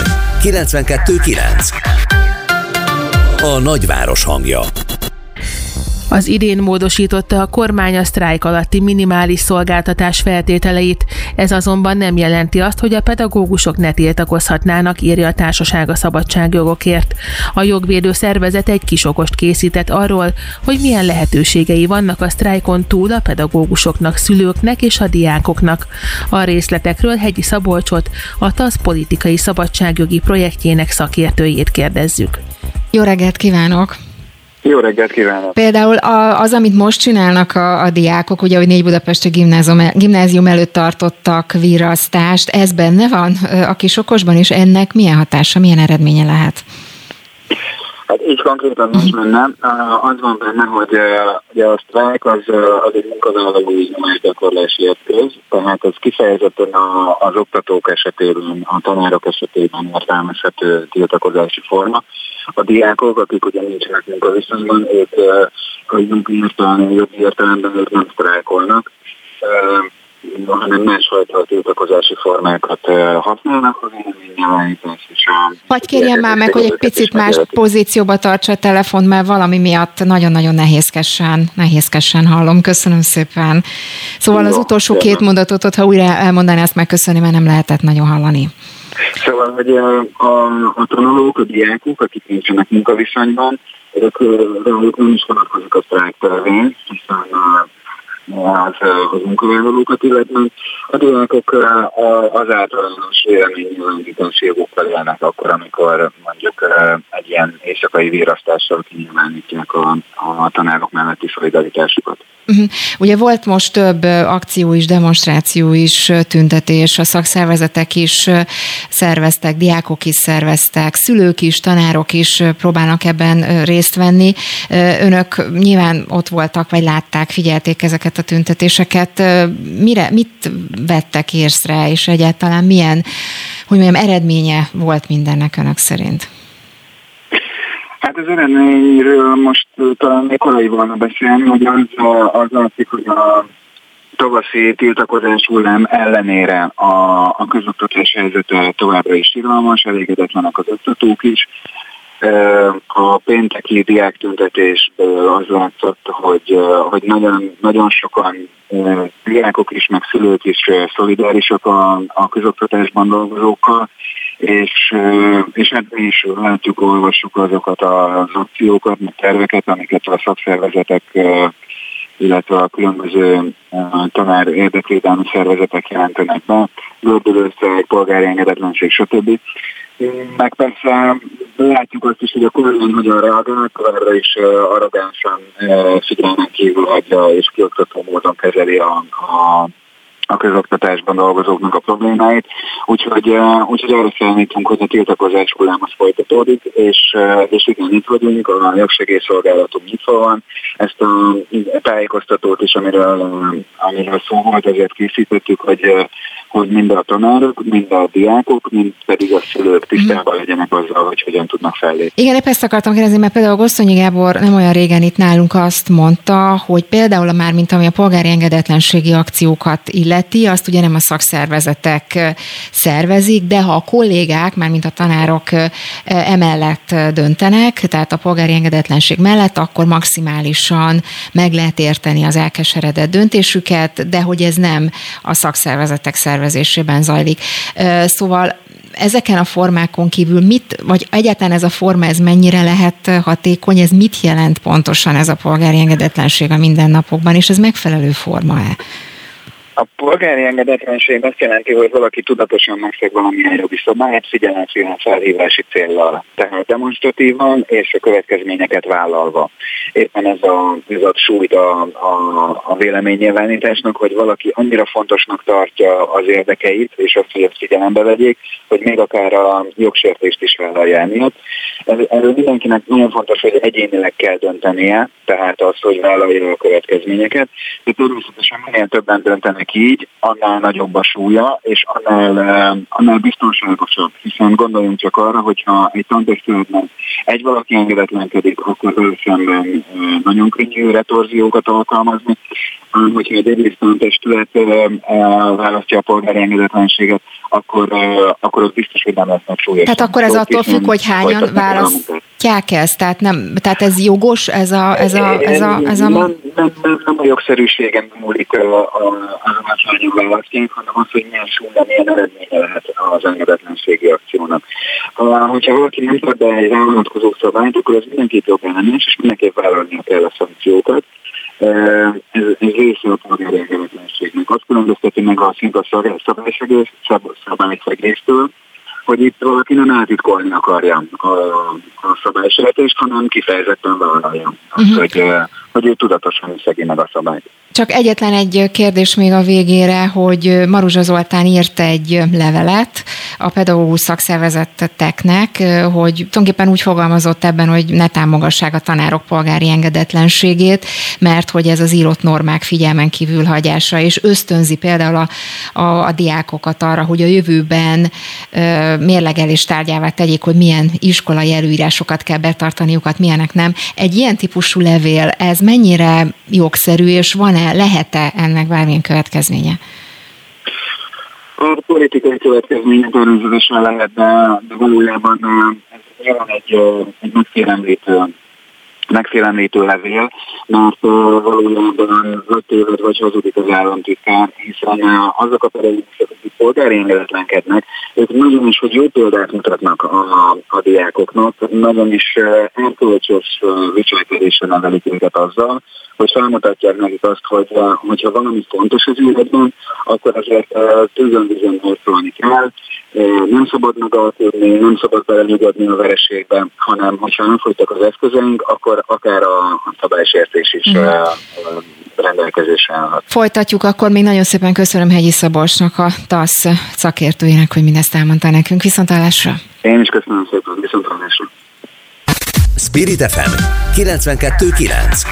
92.9. A nagyváros hangja. Az idén módosította a kormány a sztrájk alatti minimális szolgáltatás feltételeit. Ez azonban nem jelenti azt, hogy a pedagógusok ne tiltakozhatnának, írja a társaság a szabadságjogokért. A jogvédő szervezet egy kisokost készített arról, hogy milyen lehetőségei vannak a sztrájkon túl a pedagógusoknak, szülőknek és a diákoknak. A részletekről Hegyi Szabolcsot, a TASZ politikai szabadságjogi projektjének szakértőjét kérdezzük. Jó reggelt kívánok! Jó reggelt kívánok! Például az, amit most csinálnak a diákok, ugye, hogy 4 budapesti gimnázium előtt tartottak virrasztást, ez benne van a kisokosban, és ennek milyen hatása, milyen eredménye lehet? Hát így konkrétan nincs benne. Az van benne, hogy ugye a sztrájk az egy munkavállalói nyomásgyakorlási eszköz, tehát ez kifejezetten az oktatók esetében, a tanárok esetében értelmezhető tiltakozási forma. A diákok, akik ugye nincsenek munkaviszonyban, ők jogi értelemben ők nem sztrájkolnak, hanem másfajta tiltakozási formákat használnak, az véleménynyilvánítás és a... Vagy kérjem már meg, hogy egy picit más pozícióba tartsa a telefont, mert valami miatt nagyon-nagyon nehézkesen hallom. Köszönöm szépen. Szóval az utolsó 2 mondatot, ha újra elmondaná, azt megköszönni, mert nem lehetett nagyon hallani. Szóval, hogy a tanulók, a diákok, akik nincsenek munkaviszonyban, ők nem is vonatkozik a sztrájk törvény, hiszen az munkavállalókat illetnek. A diákok az általános véleménynyilvánítási jogokkal élnek akkor, amikor mondjuk egy ilyen éjszakai virasztással kinyilvánítják a tanárok melletti szolidaritásukat. Ugye volt most több akció is, demonstráció is, tüntetés, a szakszervezetek is szerveztek, diákok is szerveztek, szülők is, tanárok is próbálnak ebben részt venni. Önök nyilván ott voltak, vagy látták, figyelték ezeket a tüntetéseket. Mit vettek észre, és egyáltalán milyen, hogy mondjam, eredménye volt mindennek önök szerint? Hát az eredményről most talán még korai volna beszélni, hogy az látszik, hogy a tavaszi tiltakozás hullám ellenére a közoktatás helyzete továbbra is irgalmas, elégedetlenek az oktatók is. A pénteki diáktüntetésből az látszott, hogy nagyon, nagyon sokan diákok is, meg szülők is szolidárisak a közoktatásban dolgozókkal, és hát mi is látjuk, olvassuk azokat az akciókat, meg terveket, amiket a szakszervezetek, illetve a különböző tanár érdekvédelmi szervezetek jelentenek be, gördülőszeg, polgári engedetlenség, stb. Meg persze látjuk azt is, hogy a kormány hogyan reagál, továbbra is arrogánsan figyelmen kívül hagyja és kioktató módon kezeli a közoktatásban dolgozóknak a problémáit. Úgyhogy arra számítunk, hogy a tiltakozás hullám az folytatódik, és igen, itt vagyunk, a jogsegélyszolgálatunk nyitva van. Ezt a tájékoztatót is, amiről szó volt, ezért készítettük, hogy mind a tanárok, mind a diákok, mind pedig a szülők tisztában legyenek azzal, hogy hogyan tudnak fellépni. Igen, épp ezt akartam kérdezni, mert például Gosztonyi Gábor nem olyan régen itt nálunk azt mondta, hogy például már, mint ami a polgári engedetlenségi akciókat illeti, azt ugye nem a szakszervezetek szervezik, de ha a kollégák, már mint a tanárok emellett döntenek, tehát a polgári engedetlenség mellett, akkor maximálisan meg lehet érteni az elkeseredett döntésüket, de hogy ez nem a szakszervezetek szervezésében zajlik. Szóval ezeken a formákon kívül vagy egyáltalán ez a forma, ez mennyire lehet hatékony, ez mit jelent pontosan ez a polgári engedetlenség a mindennapokban, és ez megfelelő forma-e? A polgári engedetlenség azt jelenti, hogy valaki tudatosan megszeg valamilyen jogi szabályt figyelemfelhívó felhívási céllal, tehát demonstratívan és a következményeket vállalva. Éppen ez a súlyt a véleménynyilvánításnak, hogy valaki annyira fontosnak tartja az érdekeit, és azt, hogy ezt figyelembe vegyék, hogy még akár a jogsértést is vállalja emiatt. Erről mindenkinek nagyon fontos, hogy egyénileg kell döntenie, tehát az, hogy vállalja a következményeket, de természetesen minél többen döntenek így, annál nagyobb a súlya, és annál biztonságosabb. Hiszen gondoljunk csak arra, hogyha egy tantestületben egy valaki engedetlenkedik, akkor vele szemben nagyon könnyű retorziókat alkalmazni, hogyha egy egész tantestület választja a polgári engedetlenséget, akkor az biztos, hogy nem lesznek súlyos. Tehát akkor ez attól függ, hogy hányan választják ezt? Tehát ez jogos, ez a... Nem a jogszerűségen múlik azon, hogy hányan választják, hanem az, hogy milyen súlya, milyen eredménye lehet az engedetlenségi akciónak. Hogyha valaki nem tud be egy rávonatkozó szabályt, akkor az mindenképp jogellenes, és mindenképp vállalnia kell a szankciókat. Ez része a polgári engedetlenségnek. Azt különbözteti meg a szimpla szabályszegéstől, hogy itt valaki nem eltitkolni akarja a szabálysértést, hanem kifejezetten vállalja azt, hogy ő tudatosan szegi meg a szabályt. Csak egyetlen egy kérdés még a végére, hogy Maruzsa Zoltán írt egy levelet a pedagógus szakszervezeteknek, hogy tulajdonképpen úgy fogalmazott ebben, hogy ne támogassák a tanárok polgári engedetlenségét, mert hogy ez az írott normák figyelmen kívül hagyása, és ösztönzi például a diákokat arra, hogy a jövőben mérlegelés tárgyává tegyék, hogy milyen iskolai előírásokat kell betartaniukat, milyenek nem. Egy ilyen típusú levél, ez mennyire jogszerű, és lehet-e ennek bármilyen következménye? A politikai következménye természetesen lehet, de valójában ez nyilván egy megfélemlítő levél, mert valójában vagy téved, vagy hazudik az államtitkár, hiszen azok a pedagógusok, akik polgári engedetlenkednek, ők nagyon is, hogy jó példát mutatnak a diákoknak, nagyon is erkölcsös viselkedésre nevelik őket azzal, hogy felmutatják nekik azt, hogyha valami fontos az életben, akkor azért tűzön harcolni kell, nem szabad megalkudni, nem szabad belenyugodni a vereségbe, hanem hogyha nem folytak az eszközeink, akkor akár a szabálysértés is rendelkezésre állhat. Folytatjuk, akkor még nagyon szépen köszönöm Hegyi Szabolcsnak, a TASZ szakértőjének, hogy mindezt elmondta nekünk. Viszontlátásra! Én is köszönöm szépen, viszontlátásra! Spirit FM 92.9.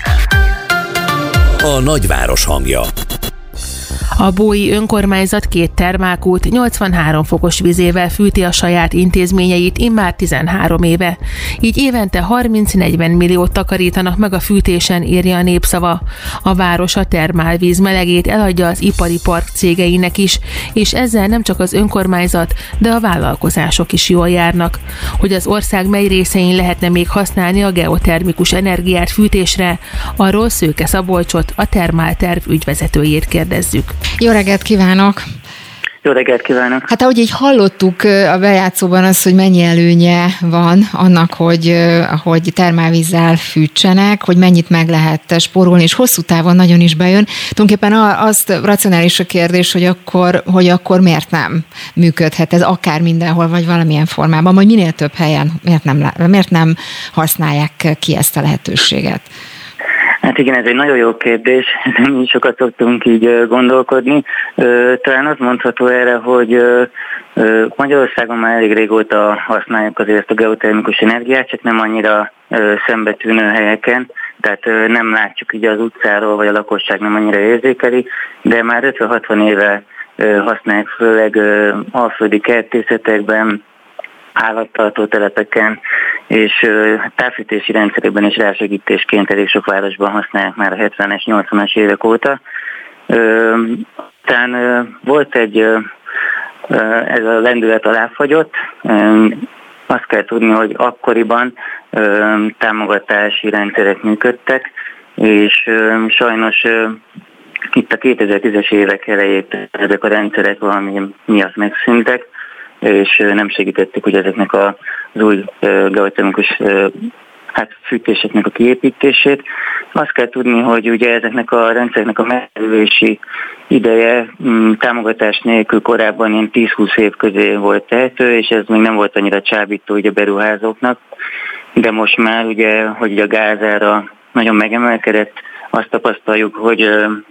A nagyváros hangja. A bói önkormányzat 2 termálkút 83 fokos vizével fűti a saját intézményeit immár 13 éve. Így évente 30-40 milliót takarítanak meg a fűtésen, írja a Népszava. A város a termálvíz melegét eladja az ipari park cégeinek is, és ezzel nem csak az önkormányzat, de a vállalkozások is jól járnak. Hogy az ország mely részein lehetne még használni a geotermikus energiát fűtésre, arról Szőke Szabolcsot, a Termálterv ügyvezetőjét kérdezzük. Jó reggelt kívánok! Jó reggelt kívánok! Hát ahogy így hallottuk a bejátszóban az, hogy mennyi előnye van annak, hogy termálvízzel fűtsenek, hogy mennyit meg lehet spórolni, és hosszú távon nagyon is bejön. Tulajdonképpen azt racionális a kérdés, hogy akkor miért nem működhet ez akár mindenhol, vagy valamilyen formában, vagy minél több helyen miért nem használják ki ezt a lehetőséget? Hát igen, ez egy nagyon jó kérdés, mi sokat szoktunk így gondolkodni. Talán azt mondható erre, hogy Magyarországon már elég régóta használjuk azért a geotermikus energiát, csak nem annyira szembetűnő helyeken, tehát nem látjuk így az utcáról, vagy a lakosság nem annyira érzékeli, de már 50-60 éve használják főleg alföldi kertészetekben, állattartó telepeken, és távfűtési rendszerekben is rásegítésként elég sok városban használják már a 70-es, 80-as évek óta. Aztán volt ez a lendület aláfagyott, azt kell tudni, hogy akkoriban támogatási rendszerek működtek, és sajnos itt a 2010-es évek elejét ezek a rendszerek valami miatt megszűntek, és nem segítettük ugye ezeknek az új geotermikus fűtéseknek a kiépítését. Azt kell tudni, hogy ugye ezeknek a rendszereknek a meglévési ideje támogatás nélkül korábban ilyen 10-20 év közé volt tehető, és ez még nem volt annyira csábító ugye a beruházóknak, de most már ugye, hogy a gázára nagyon megemelkedett, azt tapasztaljuk, hogy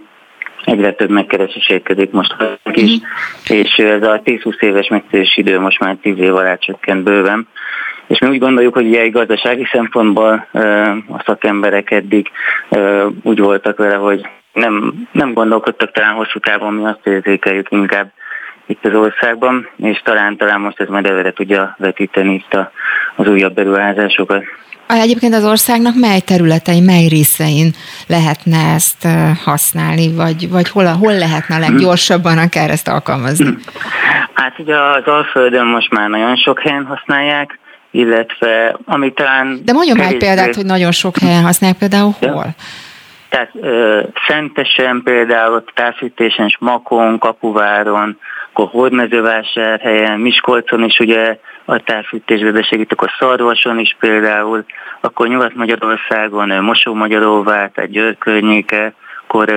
egyre több megkeresés érkezik most is, és ez a 10-20 éves megtérülési idő most már 10 év alá csökkent bőven. És mi úgy gondoljuk, hogy egy gazdasági szempontból a szakemberek eddig úgy voltak vele, hogy nem gondolkodtak talán hosszú távon, mi azt érzékeljük inkább itt az országban, és talán most ez majd előre tudja vetíteni itt az újabb beruházásokat. Egyébként az országnak mely területein, mely részein lehetne ezt használni, vagy hol lehetne leggyorsabban akár ezt alkalmazni? Hát ugye az Alföldön most már nagyon sok helyen használják, illetve ami talán... De mondjon már példát, hogy nagyon sok helyen használják, például hol? Tehát Szentesen például, távfűtésen, Smakon, Kapuváron, akkor Hódmezővásárhelyen, Miskolcon is ugye a távfűtésbe besegítek, a Szarvason is például, akkor Nyugat-Magyarországon, Mosó-Magyaróvár, tehát Győr környéke, akkor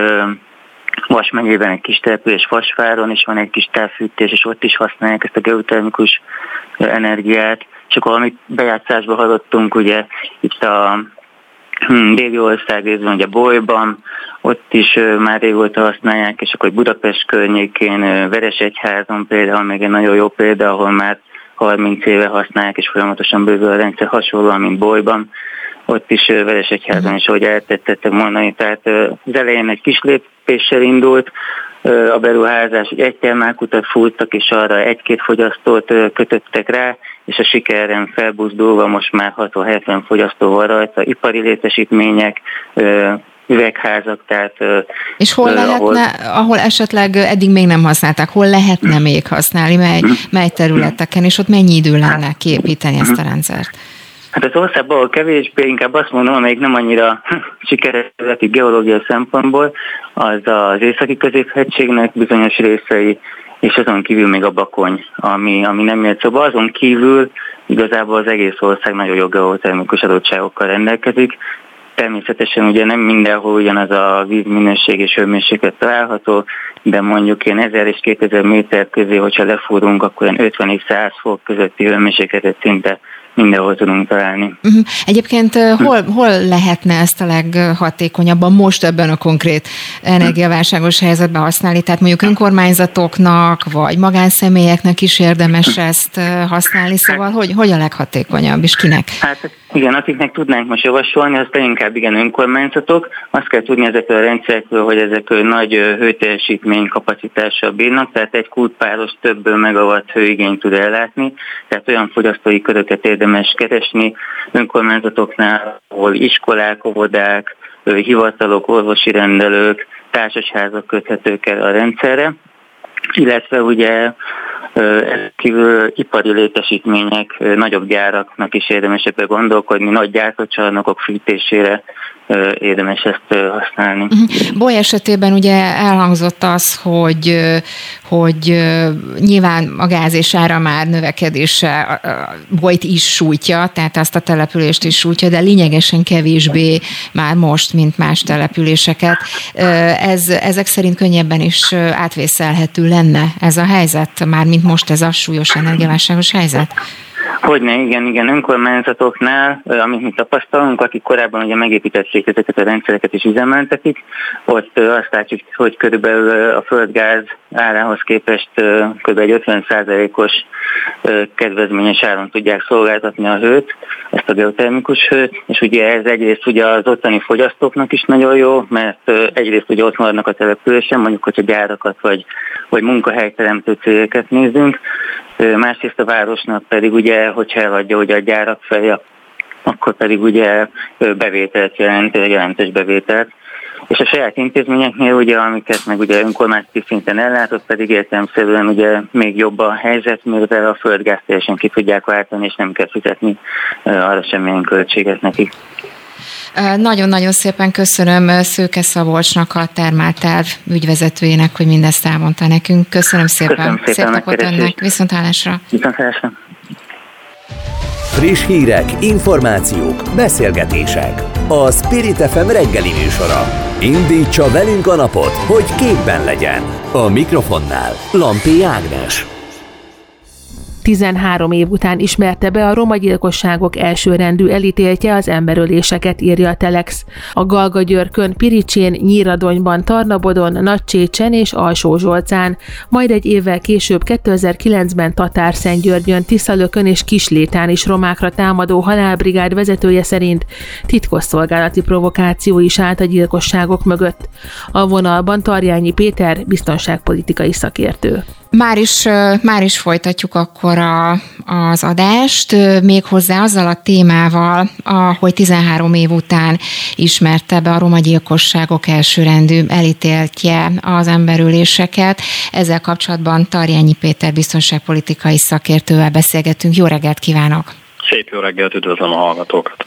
Vas megyében egy kis települ, és Vasváron is van egy kis távfűtés, és ott is használják ezt a geotermikus energiát. És akkor amit bejátszásba hallottunk, ugye itt a déli ország részben, ugye Bolyban, ott is már régóta használják, és akkor Budapest környékén, Veresegyházon például még egy nagyon jó példa, ahol már 30 éve használják, és folyamatosan bővül a rendszer, hasonlóan, mint Bolyban. Ott is Veresegyházon is, ahogy eltettek mondani, tehát az elején egy kis lépéssel indult a beruházás, hogy egy termálkutat fúrtak, és arra 1-2 fogyasztót kötöttek rá, és a sikeren felbuzdulva most már 60-70 fogyasztó van rajta, ipari létesítmények, üvegházak, tehát... És hol lehetne, ahol esetleg eddig még nem használták, hol lehetne még használni, mely területeken, és ott mennyi idő lenne kiépíteni ezt a rendszert? Hát az országban kevésbé, inkább azt mondom, amelyik nem annyira sikeres geológiai szempontból, az az északi középhegységnek bizonyos részei, és azon kívül még a Bakony, ami nem jött szóba. Azon kívül igazából az egész ország nagyon jó geotermikus adottságokkal rendelkezik, Természetesen ugye nem mindenhol ugyanaz a vízminőség és hőmérséklet található, de mondjuk ilyen 1000 és 2000 méter közé, hogyha lefúrunk, akkor ilyen 50 és 100 fok közötti hőmérsékletet szinte mindenhol tudunk találni. Egyébként hol lehetne ezt a leghatékonyabban most ebben a konkrét energiaválságos helyzetben használni? Tehát mondjuk önkormányzatoknak, vagy magánszemélyeknek is érdemes ezt használni, szóval hogy a leghatékonyabb, és kinek? Hát igen, akiknek tudnánk most javasolni, az inkább igen önkormányzatok. Azt kell tudni ezekről a rendszerekről, hogy ezek nagy hőteljesítmény kapacitással bírnak, tehát egy kútpáros több megawatt hőigényt tud ellátni, tehát olyan fogyasztói köröket érdemes keresni önkormányzatoknál, ahol iskolák, óvodák, hivatalok, orvosi rendelők, társasházak köthetők el a rendszerre, illetve ugye kívül ipari létesítmények, nagyobb gyáraknak is érdemes ebbe gondolkodni, nagy gyártócsarnokok fűtésére érdemes ezt használni. Boly esetében ugye elhangzott az, hogy nyilván a gáz és áramár növekedése Bolyt is sújtja, tehát azt a települést is sújtja, de lényegesen kevésbé már most, mint más településeket. Ezek szerint könnyebben is átvészelhető lenne ez a helyzet, már mint most ez a súlyos energiaválságos helyzet? Hogyne, igen, önkormányzatoknál, amit mi tapasztalunk, akik korábban ugye megépítették ezeket a rendszereket és üzemeltetik, ott azt látjuk, hogy körülbelül a földgáz árához képest kb. Egy 50%-os kedvezményes áron tudják szolgáltatni a hőt, ezt a geotermikus hőt, és ugye ez egyrészt ugye az ottani fogyasztóknak is nagyon jó, mert egyrészt ugye ott maradnak a településen, mondjuk, hogyha gyárakat vagy munkahelyteremtő cégeket nézzünk, másrészt a városnak pedig ugye, hogyha eladja ugye a gyárak felé, akkor pedig ugye bevételt jelent, jelentős bevételt. És a saját intézményeknél ugye, amiket meg ugye önkormányzati szinten ellátott, pedig értelemszerűen ugye még jobb a helyzet, mivel a földgázt teljesen ki tudják váltani, és nem kell fizetni arra semmilyen költséget nekik. Nagyon-nagyon szépen köszönöm Szőke Szabolcsnak, a Termálterv ügyvezetőjének, hogy mindezt elmondta nekünk. Köszönöm szépen. Szép napot önnek. Viszonthallásra. Friss hírek, információk, beszélgetések. A Spirit FM reggeli műsora. Indítsa velünk a napot, hogy képben legyen. A mikrofonnál Lampi Ágnes. 13 év után ismerte be a romagyilkosságok elsőrendű elítéltje az emberöléseket, írja a Telex. A Galgagyörkön, Piricsén, Nyíradonyban, Tarnabodon, Nagycsécsen és Alsózsolcán, majd egy évvel később 2009-ben Tatárszentgyörgyön, Tiszalökön és Kislétán is romákra támadó halálbrigád vezetője szerint titkosszolgálati provokáció is állt a gyilkosságok mögött. A vonalban Tarjányi Péter, biztonságpolitikai szakértő. Már is folytatjuk akkor az adást, méghozzá azzal a témával, hogy 13 év után ismerte be a romagyilkosságok elsőrendű elítéltje az emberöléseket. Ezzel kapcsolatban Tarjányi Péter biztonságpolitikai szakértővel beszélgetünk. Jó reggelt kívánok! Szép jó reggelt, üdvözlöm a hallgatókat!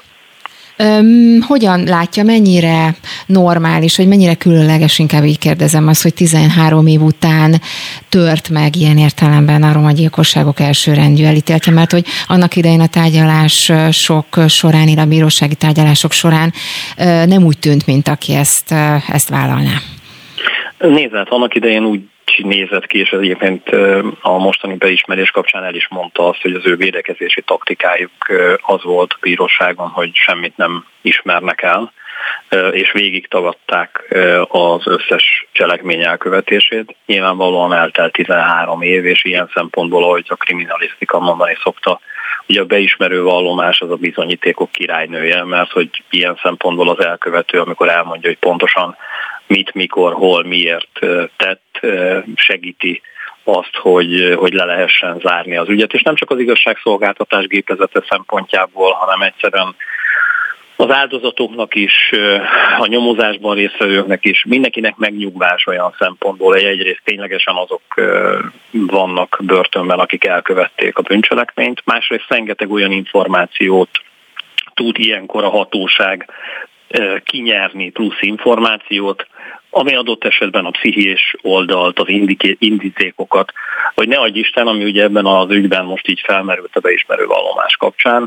Hogyan látja, mennyire normális, vagy mennyire különleges, inkább így kérdezem azt, hogy 13 év után tört meg ilyen értelemben a romagyilkosságok elsőrendű elítéltje, mert hogy annak idején a tárgyalások során, a bírósági tárgyalások során nem úgy tűnt, mint aki ezt vállalná. Nézett, annak idején úgy nézett ki, és egyébként a mostani beismerés kapcsán el is mondta azt, hogy az ő védekezési taktikájuk az volt a bíróságon, hogy semmit nem ismernek el, és végig tagadták az összes cselekmény elkövetését. Nyilvánvalóan eltelt 13 év, és ilyen szempontból, ahogy a kriminalisztika mondani szokta, ugye a beismerő vallomás az a bizonyítékok királynője, mert hogy ilyen szempontból az elkövető, amikor elmondja, hogy pontosan mit, mikor, hol, miért tett, segíti azt, hogy le lehessen zárni az ügyet, és nem csak az igazságszolgáltatás gépezete szempontjából, hanem egyszerűen az áldozatoknak is, a nyomozásban résztvevőknek is, mindenkinek megnyugvás olyan szempontból, hogy egyrészt ténylegesen azok vannak börtönben, akik elkövették a bűncselekményt, másrészt rengeteg olyan információt tud ilyenkor a hatóság kinyerni, plusz információt, ami adott esetben a pszichés oldalt, az indítékokat, vagy ne adj Isten, ami ugye ebben az ügyben most így felmerült a beismerő vallomás kapcsán,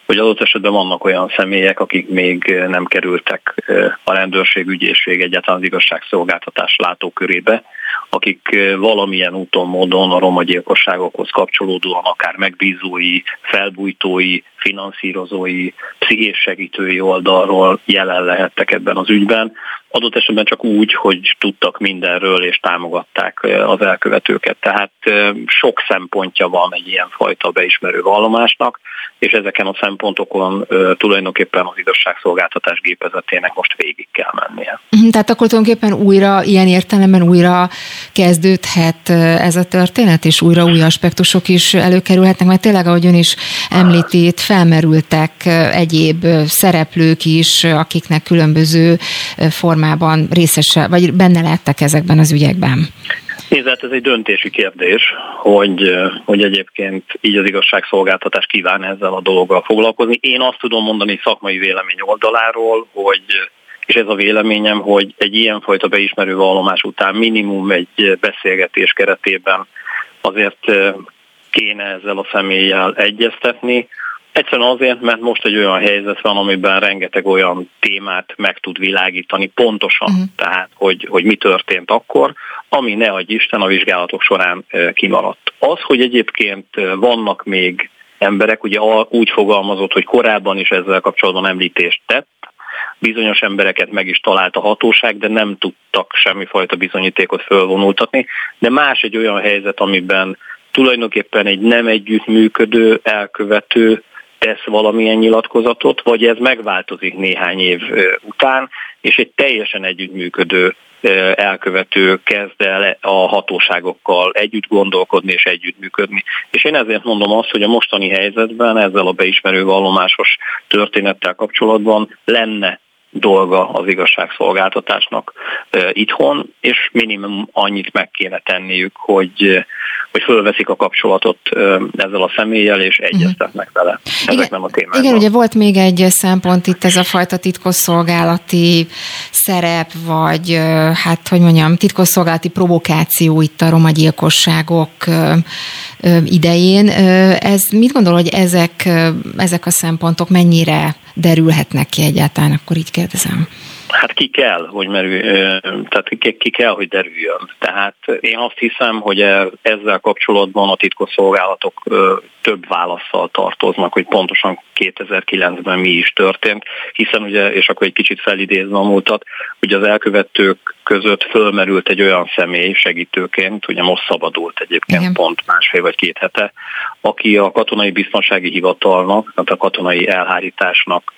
hogy adott esetben vannak olyan személyek, akik még nem kerültek a rendőrség, ügyészség, egyáltalán az igazságszolgáltatás látókörébe, akik valamilyen úton, módon a romagyilkosságokhoz kapcsolódóan akár megbízói, felbújtói, finanszírozói, pszichés segítői oldalról jelen lehettek ebben az ügyben. Adott esetben csak úgy, hogy tudtak mindenről és támogatták az elkövetőket. Tehát sok szempontja van egy ilyenfajta beismerő vallomásnak, és ezeken a szempontokon tulajdonképpen az igazságszolgáltatás gépezetének most végig kell mennie. Tehát akkor tulajdonképpen újra, ilyen értelemben újra kezdődhet ez a történet, és újra új aspektusok is előkerülhetnek, mert tényleg, ahogy ön is említi, itt felmerültek egyéb szereplők is, akiknek különböző formában részese, vagy benne lettek ezekben az ügyekben. Nézd, ez egy döntési kérdés, hogy egyébként így az igazságszolgáltatás kíván ezzel a dologgal foglalkozni. Én azt tudom mondani szakmai vélemény oldaláról, és ez a véleményem, hogy egy ilyenfajta beismerő vallomás után minimum egy beszélgetés keretében azért kéne ezzel a személlyel egyeztetni. Egyszerűen azért, mert most egy olyan helyzet van, amiben rengeteg olyan témát meg tud világítani pontosan, tehát hogy mi történt akkor, ami ne adj Isten a vizsgálatok során kimaradt. Az, hogy egyébként vannak még emberek, ugye úgy fogalmazott, hogy korábban is ezzel kapcsolatban említést tett, bizonyos embereket meg is talált a hatóság, de nem tudtak semmifajta bizonyítékot fölvonultatni, de más egy olyan helyzet, amiben tulajdonképpen egy nem együttműködő elkövető tesz valamilyen nyilatkozatot, vagy ez megváltozik néhány év után, és egy teljesen együttműködő elkövető kezd el a hatóságokkal együtt gondolkodni és együttműködni. És én ezért mondom azt, hogy a mostani helyzetben ezzel a beismerő vallomásos történettel kapcsolatban lenne dolga az igazságszolgáltatásnak itthon, és minimum annyit meg kéne tenniük, hogy fölveszik a kapcsolatot ezzel a személlyel, és egyeztetnek vele ezekben a témákban. Igen, ugye volt még egy szempont itt, ez a fajta titkosszolgálati szerep, vagy titkosszolgálati provokáció itt a romagyilkosságok idején. Ez mit gondol, hogy ezek a szempontok mennyire derülhetnek ki egyáltalán, akkor így kérdezem? Hát ki kell, hogy derüljön. Tehát én azt hiszem, hogy ezzel kapcsolatban a titkosszolgálatok több válasszal tartoznak, hogy pontosan 2009-ben mi is történt, hiszen ugye, és akkor egy kicsit felidézve a múltat, hogy az elkövetők között fölmerült egy olyan személy segítőként, ugye most szabadult egyébként pont 1,5 vagy 2 hete, aki a katonai biztonsági hivatalnak, tehát a katonai elhárításnak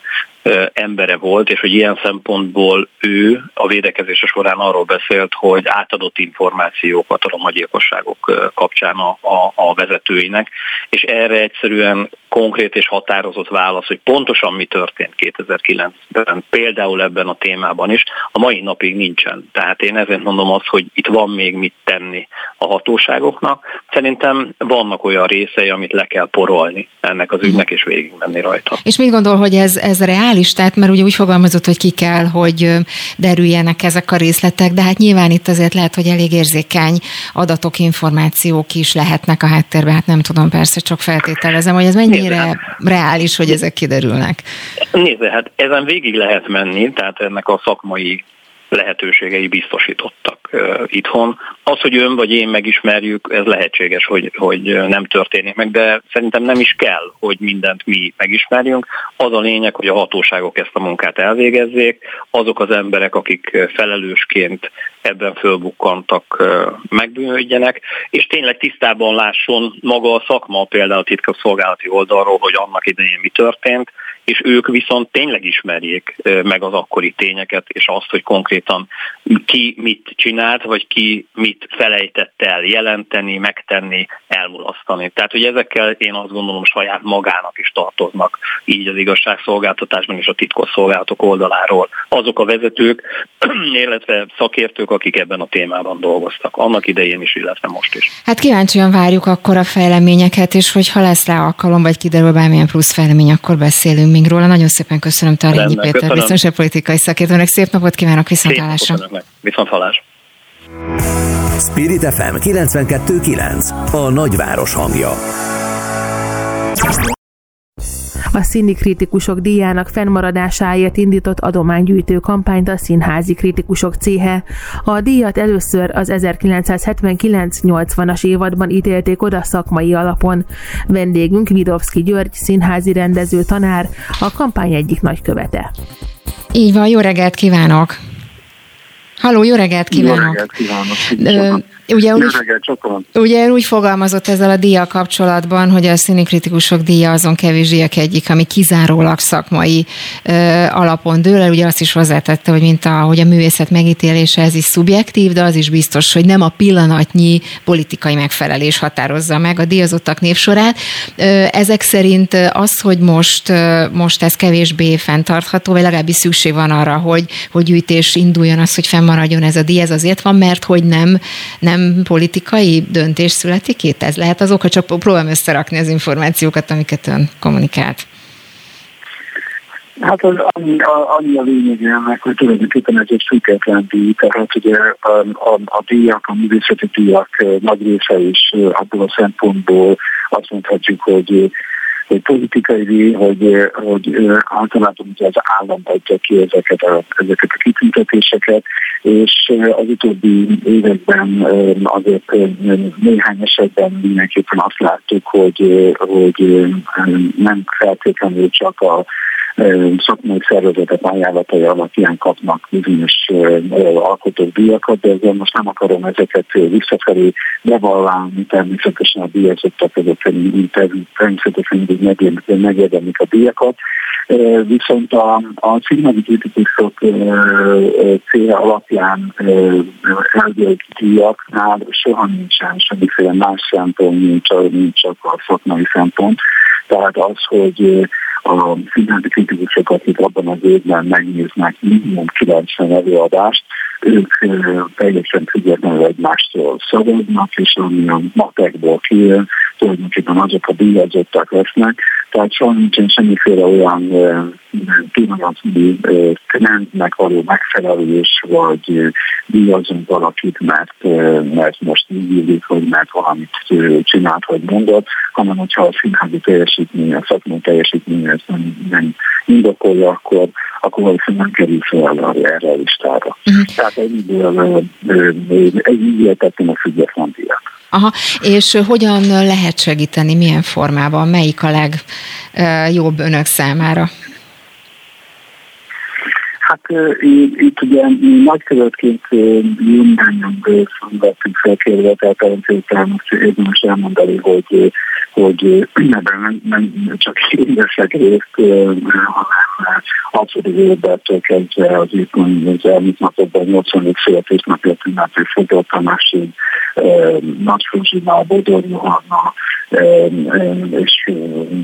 embere volt, és hogy ilyen szempontból ő a védekezése során arról beszélt, hogy átadott információkat a romagyilkosságok kapcsán a vezetőinek, és erre egyszerűen konkrét és határozott válasz, hogy pontosan mi történt 2009-ben, például ebben a témában is, a mai napig nincsen. Tehát én ezért mondom azt, hogy itt van még mit tenni a hatóságoknak. Szerintem vannak olyan részei, amit le kell porolni ennek az ügynek, és végigmenni rajta. És mit gondol, hogy ez reális? Tehát, mert ugye úgy fogalmazott, hogy ki kell, hogy derüljenek ezek a részletek, de hát nyilván itt azért lehet, hogy elég érzékeny adatok, információk is lehetnek a háttérben. Hát nem tudom, persze, csak feltételezem, hogy ez mennyire reális, hogy ezek kiderülnek. Nézd, hát ezen végig lehet menni, tehát ennek a szakmai lehetőségei biztosítottak itthon. Az, hogy ön vagy én megismerjük, ez lehetséges, hogy nem történik meg, de szerintem nem is kell, hogy mindent mi megismerjünk. Az a lényeg, hogy a hatóságok ezt a munkát elvégezzék, azok az emberek, akik felelősként ebben fölbukkantak, megbűnődjenek, és tényleg tisztában lásson maga a szakma, például a titkosszolgálati oldalról, hogy annak idején mi történt, és ők viszont tényleg ismerjék meg az akkori tényeket, és azt, hogy konkrétan ki mit csinált, vagy ki mit felejtett el jelenteni, megtenni, elmulasztani. Tehát, hogy ezekkel én azt gondolom saját magának is tartoznak, így az igazságszolgáltatásban és a titkosszolgálatok oldaláról azok a vezetők, illetve szakértők, akik ebben a témában dolgoztak. Annak idején is, illetve most is. Hát kíváncsian várjuk akkor a fejleményeket, és hogyha lesz rá alkalom, vagy kiderül bármilyen plusz fejlemény, akkor beszélünk még róla. Nagyon szépen köszönöm Tarényi Péter, biztonságpolitikai szakértőnek. Szép napot kívánok, viszonthallásra! Viszonthallásra! Spirit FM 92.9, a nagyváros hangja. A Színi Kritikusok díjának fennmaradásáért indított adománygyűjtő kampányt a Színházi Kritikusok Céhe. A díjat először az 1979-80-as évadban ítélték oda szakmai alapon. Vendégünk Vidovszky György, színházi rendező tanár, a kampány egyik nagykövete. Így van, jó reggelt kívánok! Halló, jó reggelt kívánok! Jó reggelt kívánok! Ugye úgy fogalmazott ezzel a díjjal kapcsolatban, hogy a Színi Kritikusok díja azon kevés díjak egyik, ami kizárólag szakmai alapon dől el. Ugye azt is hozzátette, hogy hogy a művészet megítélése ez is szubjektív, de az is biztos, hogy nem a pillanatnyi politikai megfelelés határozza meg a díjazottak névsorát. Ezek szerint az, hogy most ez kevésbé fenntartható, vagy legalábbis szükség van arra, hogy gyűjtés induljon, az, hogy fennmaradjon ez a díj, ez azért van, mert hogy nem politikai döntés születik itt? Ez lehet az oka, csak próbálom összerakni az információkat, amiket ön kommunikált. Hát az annyi a lényeg ennek, hogy tulajdonképpen ez egy független díj, tehát ugye a díjak, a művészeti díjak nagy része is abból a szempontból azt mondhatjuk, hogy politikai díj, hogy általában ugye az állam adja ki ezeket a kitüntetéseket, és az utóbbi években azért néhány esetben mindenképpen azt láttuk, hogy nem feltétlenül csak a szakmai szervezetek ajánlatai alapján kapnak bizonyos alkotók díjakat, de ezzel most nem akarom ezeket visszafelé bevallálni, természetesen a díjazottak természetesen mindig megérdemlik a díjakat, viszont a színházi kritikusok célja alapján eldőlt díjaknál soha nincsen semmiféle más szempont, mint csak a szakmai szempont. Tehát az, hogy a színházi kritikusok, akik abban az évben megnéznek minimum 90 előadást, ők teljesen függetlenül egymástól szavaznak, és ami a matekból kijön, tulajdonképpen azok a díjazottak lesznek. Tehát soha nincsen semmiféle olyan pillanatnyi trendnek való megfelelés, vagy díjazunk valakit, mert most így illik, vagy mert valamit csinált, vagy mondott, hanem hogyha a színházi teljesítmény, a szakmai teljesítmény ezt nem indokolja, akkor valószínűleg nem kerül fel erre a listára. Tehát így értettem a független díjat. Aha, és hogyan lehet segíteni, milyen formában, melyik a legjobb önök számára? Hát itt ugye nagykövetként mindannyian vettünk fel kérdőt, tehát most érdemes elmondani, hogy nem csak én veszek részt, hanem abszolút életből kezdve az elmúlt napokban 84 születésnapját ünnepő Fodor Tamási, Nagy Fruzsina, Bodor Johanna, és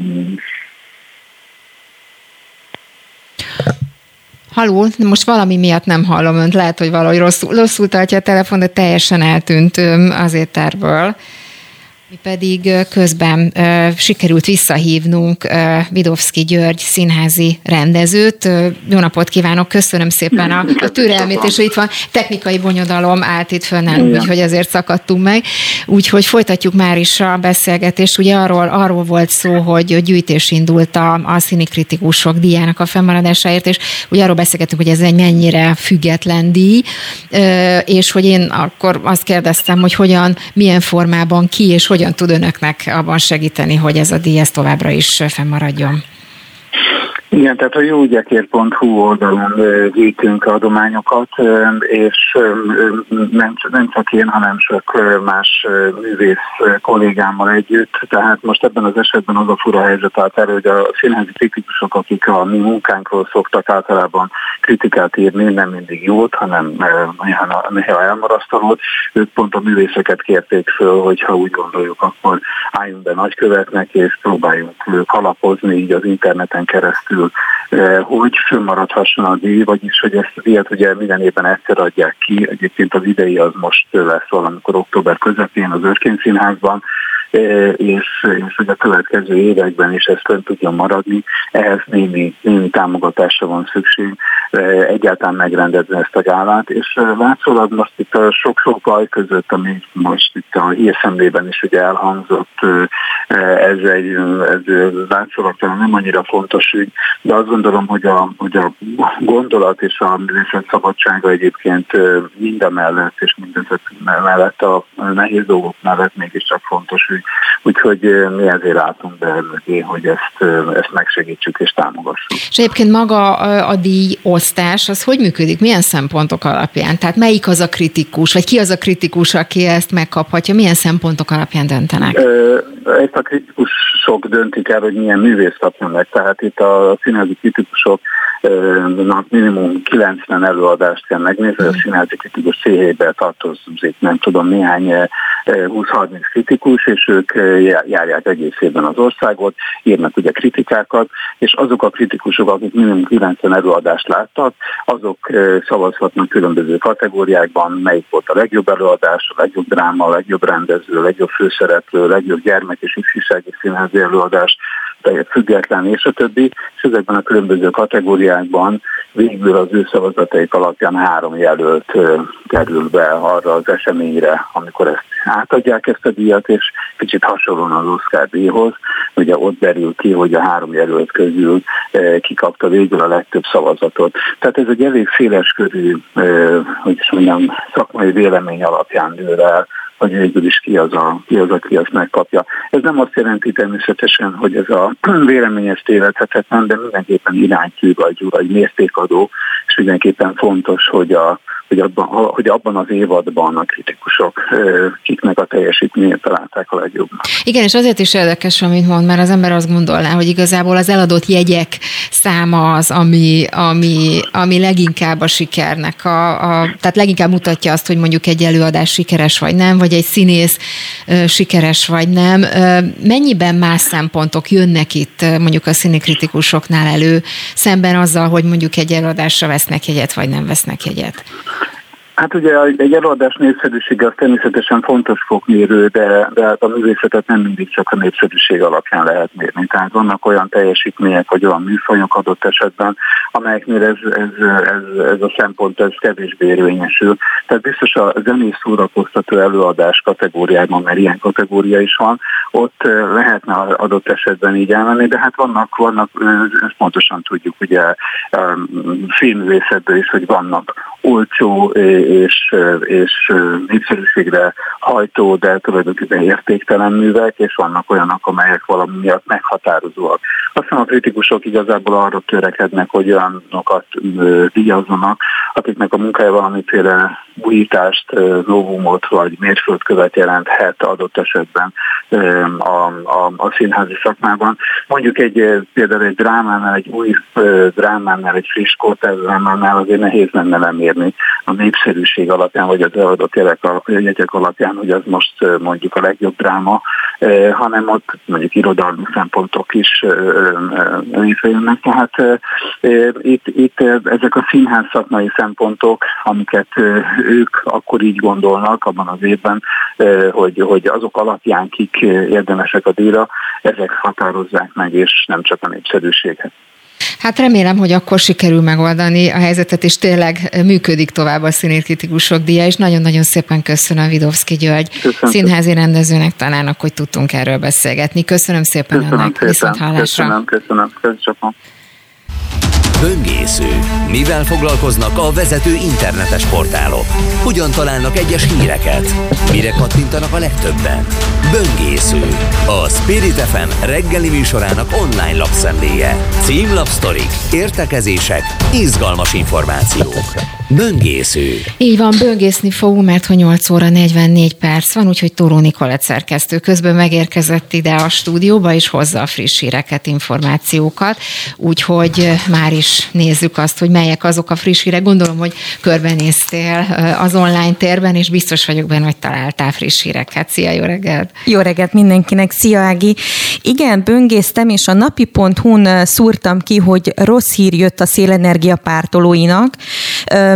Halló, most valami miatt nem hallom önt, lehet, hogy valahogy rosszul tartja a telefon, de teljesen eltűnt az éterből. Mi pedig közben sikerült visszahívnunk Vidovszky György színházi rendezőt. Jó napot kívánok, köszönöm szépen a türelmét, és itt van technikai bonyodalom állt itt föl nálunk, úgyhogy azért szakadtunk meg. Úgyhogy folytatjuk már is a beszélgetést. Ugye arról volt szó, hogy gyűjtés indult a Színi Kritikusok díjának a fennmaradásáért, és ugye arról beszélgettünk, hogy ez egy mennyire független díj, és hogy én akkor azt kérdeztem, hogy milyen formában ki és hogyan tud önöknek abban segíteni, hogy ez a díj továbbra is fennmaradjon? Igen, tehát a jóügyekért.hu oldalon gyűjtünk adományokat, és nem csak én, hanem sok más művész kollégámmal együtt. Tehát most ebben az esetben az a fura helyzet állt elő, hogy a színházi kritikusok, akik a mi munkánkról szoktak általában kritikát írni, nem mindig jót, hanem néha elmarasztalót. Ők pont a művészeket kérték föl, hogy ha úgy gondoljuk, akkor álljunk be nagykövetnek, és próbáljunk kalapozni így az interneten keresztül, hogy fönnmaradhasson a díj, vagyis hogy ezt a díjat ugye minden évben egyszer adják ki. Egyébként az idei az most lesz valamikor október közepén az Örkény Színházban, és hogy a következő években is ez fönn tudjon maradni, ehhez némi támogatásra van szükség, egyáltalán megrendezni ezt a gálát, és látszólag most itt a sok-sok baj között, ami most itt a hírszemlében is ugye elhangzott, ez látszólag nem annyira fontos ügy, de azt gondolom, hogy a gondolat és a művészet szabadsága egyébként mindemellett és mindezek mellett a nehéz dolgok mellett mégiscsak fontos ügy. Úgyhogy mi ezért álltunk be mögé, hogy ezt megsegítsük és támogassuk. És egyébként maga a díjosztás, az hogy működik? Milyen szempontok alapján? Tehát melyik az a kritikus, vagy ki az a kritikus, aki ezt megkaphatja? Milyen szempontok alapján döntenek? Ezt a kritikusok döntik el, hogy milyen művész kapja meg. Tehát itt a színházi kritikusoknak minimum 90 előadást kell megnézni, a színházi kritikus székhelybe tartozik, nem tudom, néhány 20-30 kritikus, és ők járják egész évben az országot, írnak ugye kritikákat, és azok a kritikusok, akik minimum 90 előadást láttak, azok szavazhatnak különböző kategóriákban, melyik volt a legjobb előadás, a legjobb dráma, a legjobb rendező, a legjobb főszereplő, a legjobb gyermek és ifjúsági színházi előadás, független és a többi, és ezekben a különböző kategóriákban végül az ő szavazataik alapján 3 jelölt kerül be arra az eseményre, amikor ezt átadják ezt a díjat, és kicsit hasonlóan az Oscar-díjhoz, ugye ott derül ki, hogy a 3 jelölt közül kikapta végül a legtöbb szavazatot. Tehát ez egy elég széleskörű, hogy is mondjam, szakmai vélemény alapján dől el, hogy végül is ki az, aki azt megkapja. Ez nem azt jelenti természetesen, hogy ez a vélemény ezt tévedhetetlen, de mindenképpen iránytű vagy mértékadó, és mindenképpen fontos, hogy abban az évadban a kritikusok kiknek a teljesítményét találták a legjobbnak. Igen, és azért is érdekes, amit mond, mert az ember azt gondolná, hogy igazából az eladott jegyek száma az, ami leginkább a sikernek, tehát leginkább mutatja azt, hogy mondjuk egy előadás sikeres vagy nem, vagy egy színész sikeres vagy nem. Mennyiben más szempontok jönnek itt mondjuk a színikritikusoknál elő, szemben azzal, hogy mondjuk egy előadásra vesznek jegyet, vagy nem vesznek jegyet? Hát ugye egy előadás népszerűsége az természetesen fontos fokmérő, de hát a művészetet nem mindig csak a népszerűség alapján lehet mérni. Tehát vannak olyan teljesítmények, vagy olyan műfajok adott esetben, amelyeknél ez a szempont ez kevésbé érvényesül. Tehát biztos a zenés szórakoztató előadás kategóriában, mert ilyen kategória is van, ott lehetne adott esetben így elmenni, de hát vannak ezt pontosan tudjuk, ugye filmművészetből is, hogy vannak olcsó és népszerűségre hajtó, de tulajdonképpen értéktelen művek, és vannak olyanok, amelyek valami miatt meghatározóak. Aztán a kritikusok igazából arra törekednek, hogy olyanokat díjazzanak, akiknek a munkája valamiféle újítást, novumot vagy mérföldkövet jelenthet adott esetben a színházi szakmában. Mondjuk például egy drámánál, egy új drámánál, egy friss kortárs drámánál azért nehéz lenne lemérni a népszerűség alapján, vagy az eladott jegyek alapján, hogy az most mondjuk a legjobb dráma, hanem ott mondjuk irodalmi szempontok is létrejönnek. Tehát itt ezek a színház szakmai szempontok, amiket ők akkor így gondolnak abban az évben, hogy azok alapján kik érdemesek a díjra, ezek határozzák meg, és nem csak a népszerűséget. Hát remélem, hogy akkor sikerül megoldani a helyzetet, és tényleg működik tovább a színészkritikusok díja, és nagyon-nagyon szépen köszönöm Vidovszky György színházi rendezőnek, tanárnak, hogy tudtunk erről beszélgetni. Köszönöm szépen önnek, viszonthallásra. Köszönöm. Böngésző. Mivel foglalkoznak a vezető internetes portálok? Hogyan találnak egyes híreket? Mire kattintanak a legtöbben? Böngésző. A Spirit FM reggeli műsorának online lapszemléje. Címlapsztorik, értekezések, izgalmas információk. Böngésző. Így van, böngészni fogunk, mert hogy 8 óra 44 perc van, úgyhogy Tóró Nikolett szerkesztő közben megérkezett ide a stúdióba, és hozza a friss híreket, információkat, úgyhogy már is nézzük azt, hogy melyek azok a friss hírek. Gondolom, hogy körbenéztél az online térben, és biztos vagyok benne, hogy találtál friss híreket. Szia, jó reggelt! Jó reggelt mindenkinek, szia Ági! Igen, böngésztem, és a napi.hu-n szúrtam ki, hogy rossz hír jött a szélenergia pártolóinak.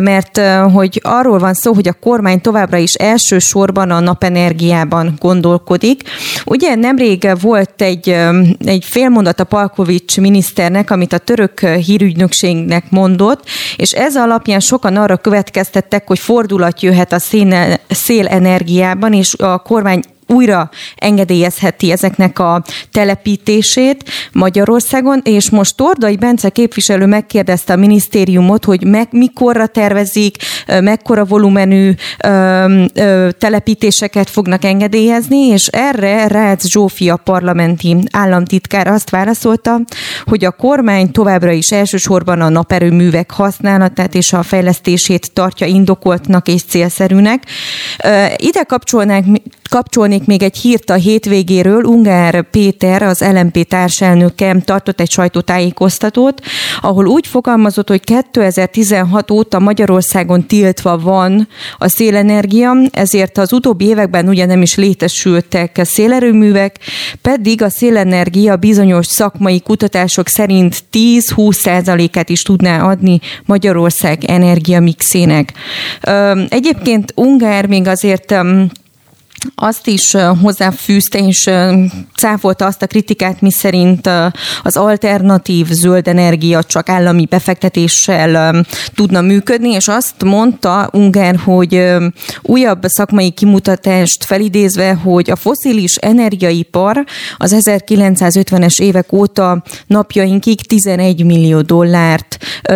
mert hogy arról van szó, hogy a kormány továbbra is elsősorban a napenergiában gondolkodik. Ugye nemrég volt egy félmondat a Palkovics miniszternek, amit a török hírügynökségnek mondott, és ez alapján sokan arra következtettek, hogy fordulat jöhet a szélenergiában, és a kormány újra engedélyezheti ezeknek a telepítését Magyarországon, és most Tordai Bence képviselő megkérdezte a minisztériumot, hogy mikorra tervezik, mekkora volumenű telepítéseket fognak engedélyezni, és erre Rácz Zsófia parlamenti államtitkár azt válaszolta, hogy a kormány továbbra is elsősorban a naperőművek használatát és a fejlesztését tartja indokoltnak és célszerűnek. Ide kapcsolnék még egy hírt a hétvégéről. Ungár Péter, az LMP társelnöke tartott egy sajtótájékoztatót, ahol úgy fogalmazott, hogy 2016 óta Magyarországon tiltva van a szélenergia, ezért az utóbbi években ugye nem is létesültek szélerőművek, pedig a szélenergia bizonyos szakmai kutatások szerint 10-20%-át is tudná adni Magyarország energiamixének. Egyébként Ungár még azért azt is hozzáfűzte és cáfolta azt a kritikát, miszerint az alternatív zöld energia csak állami befektetéssel tudna működni, és azt mondta Ungár, hogy újabb szakmai kimutatást felidézve, hogy a fosszilis energiaipar az 1950-es évek óta napjainkig 11 millió dollárt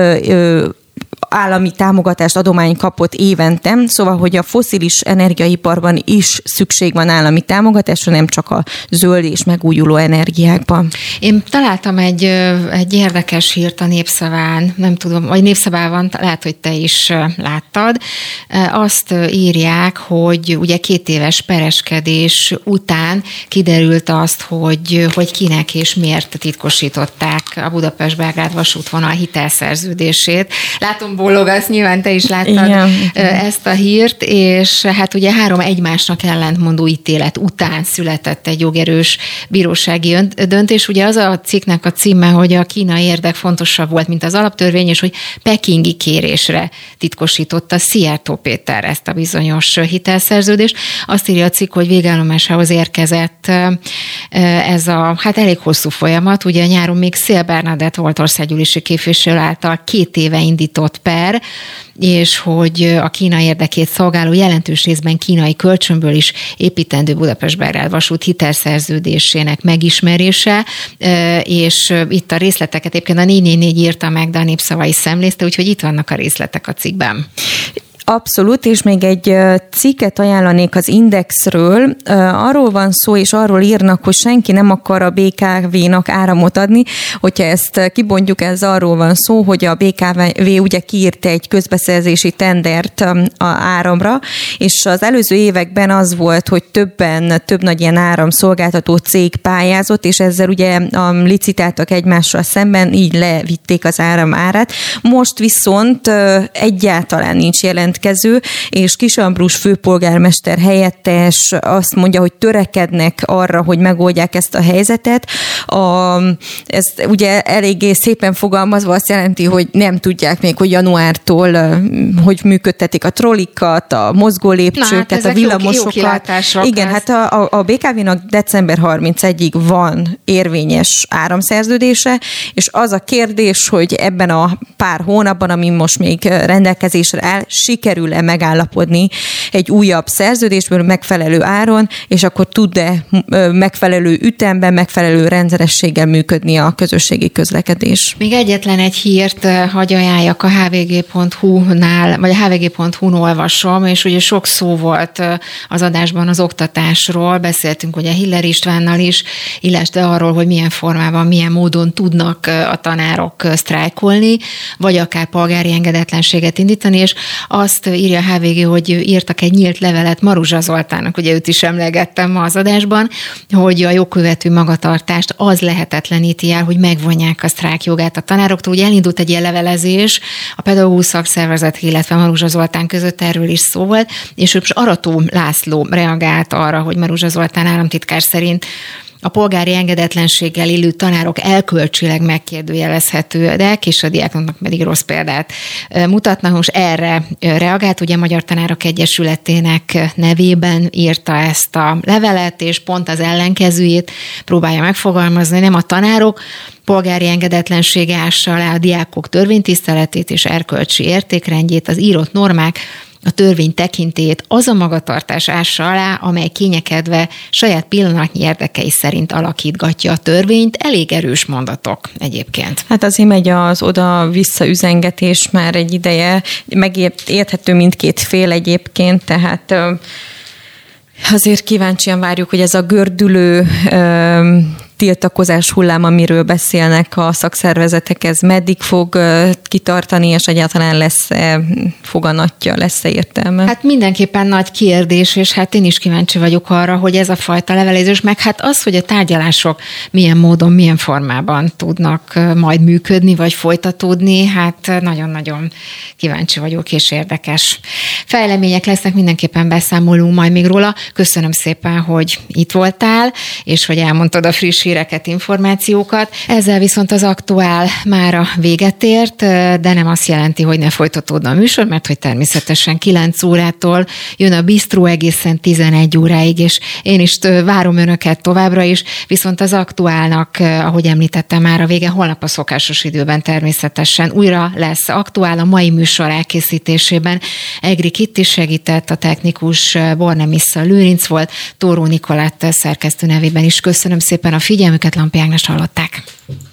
állami támogatást, adomány kapott évente, szóval, hogy a fosszilis energiaiparban is szükség van állami támogatásra, nem csak a zöld és megújuló energiákban. Én találtam egy érdekes hírt a Népszaván, nem tudom, vagy Népszavában, lehet, hogy te is láttad. Azt írják, hogy ugye 2 éves pereskedés után kiderült azt, hogy kinek és miért titkosították a Budapest-Belgrád vasútvonal hitelszerződését. Látom, bólogasz, nyilván te is láttad ezt a hírt, és hát ugye 3 egymásnak ellentmondó ítélet után született egy jogerős bírósági döntés. Ugye az a cikknek a címe, hogy a kínai érdek fontosabb volt, mint az alaptörvény, és hogy pekingi kérésre titkosította Szijjártó Péter ezt a bizonyos hitelszerződést. Azt írja a cikk, hogy végállomásához érkezett ez a elég hosszú folyamat. Ugye nyáron még Szél Bernadett volt országgyűlési képviselő által 2 éve indított per, és hogy a Kína érdekét szolgáló jelentős részben kínai kölcsönből is építendő Budapest-Belgrád vasút hitelszerződésének megismerése, és itt a részleteket egyébként a 444 írta meg, de a Népszava is szemlézte, úgyhogy itt vannak a részletek a cikkben. Abszolút, és még egy cikket ajánlanék az Indexről. Arról van szó, és arról írnak, hogy senki nem akar a BKV-nak áramot adni. Hogyha ezt kibontjuk, ez arról van szó, hogy a BKV ugye kiírta egy közbeszerzési tendert a áramra, és az előző években az volt, hogy több nagy ilyen áramszolgáltató cég pályázott, és ezzel ugye licitáltak egymással szemben, így levitték az áram árát. Most viszont egyáltalán nincs jelentkező, és Kis Ambrus főpolgármester helyettes azt mondja, hogy törekednek arra, hogy megoldják ezt a helyzetet. Ez ugye eléggé szépen fogalmazva azt jelenti, hogy nem tudják még, hogy januártól hogy működtetik a trollikat, a mozgólépcsőt, tehát a villamosokat. Igen, hát a BKV-nak december 31-ig van érvényes áramszerződése, és az a kérdés, hogy ebben a pár hónapban, ami most még rendelkezésre áll, sikerül-e megállapodni egy újabb szerződésből megfelelő áron, és akkor tud-e megfelelő ütemben, megfelelő rendszerességgel működni a közösségi közlekedés. Még egyetlen egy hírt hagy ajánljak a hvg.hu-nál, vagy a hvg.hu-n olvasom, és ugye sok szó volt az adásban az oktatásról, beszéltünk ugye Hiller Istvánnal is, illetve arról, hogy milyen formában, milyen módon tudnak a tanárok sztrájkolni, vagy akár polgári engedetlenséget indítani, és azt írja a HVG, hogy írtak egy nyílt levelet Maruzsa Zoltánnak, ugye őt is emlegettem ma az adásban, hogy a jogkövető magatartást az lehetetleníti el, hogy megvonják a sztrájkjogát a tanároktól. Ugye elindult egy ilyen levelezés a pedagógus szakszervezet, illetve Maruzsa Zoltán között, erről is szó volt, és Arató László reagált arra, hogy Maruzsa Zoltán államtitkár szerint a polgári engedetlenséggel élő tanárok elkölcsileg megkérdőjelezhetőek, és a diákoknak pedig rossz példát mutatnak. Most erre reagált, ugye a Magyar Tanárok Egyesületének nevében írta ezt a levelet, és pont az ellenkezőjét próbálja megfogalmazni, nem a tanárok polgári engedetlensége ássa alá a diákok törvénytiszteletét és erkölcsi értékrendjét, az írott normák, a törvény tekintélyét az a magatartás ássa alá, amely kényekedve saját pillanatnyi érdekei szerint alakítgatja a törvényt. Elég erős mondatok egyébként. Hát azért megy az oda-vissza üzengetés már egy ideje, megérthető mindkét fél egyébként, tehát azért kíváncsian várjuk, hogy ez a gördülő tiltakozás hullám, amiről beszélnek a szakszervezetek, ez meddig fog kitartani, és egyáltalán lesz-e foganatja, lesz-e értelme? Hát mindenképpen nagy kérdés, és hát én is kíváncsi vagyok arra, hogy ez a fajta levelezés, meg hát az, hogy a tárgyalások milyen módon, milyen formában tudnak majd működni, vagy folytatódni, hát nagyon-nagyon kíváncsi vagyok, és érdekes fejlemények lesznek, mindenképpen beszámolunk majd még róla. Köszönöm szépen, hogy itt voltál, és hogy elmondtad a friss híreket, információkat. Ezzel viszont az aktuál mára véget ért, de nem azt jelenti, hogy ne folytatódna a műsor, mert hogy természetesen 9 órától jön a Bistró egészen 11 óráig, és én is várom önöket továbbra is, viszont az aktuálnak, ahogy említettem már a vége, holnap a szokásos időben természetesen újra lesz aktuál. A mai műsor elkészítésében Egri Kitti segített, a technikus Bornemissza Lőrinc volt, Tóró Nikolett szerkesztő nevében is köszönöm szépen a figyelmüket, Lampi Ágnest hallották.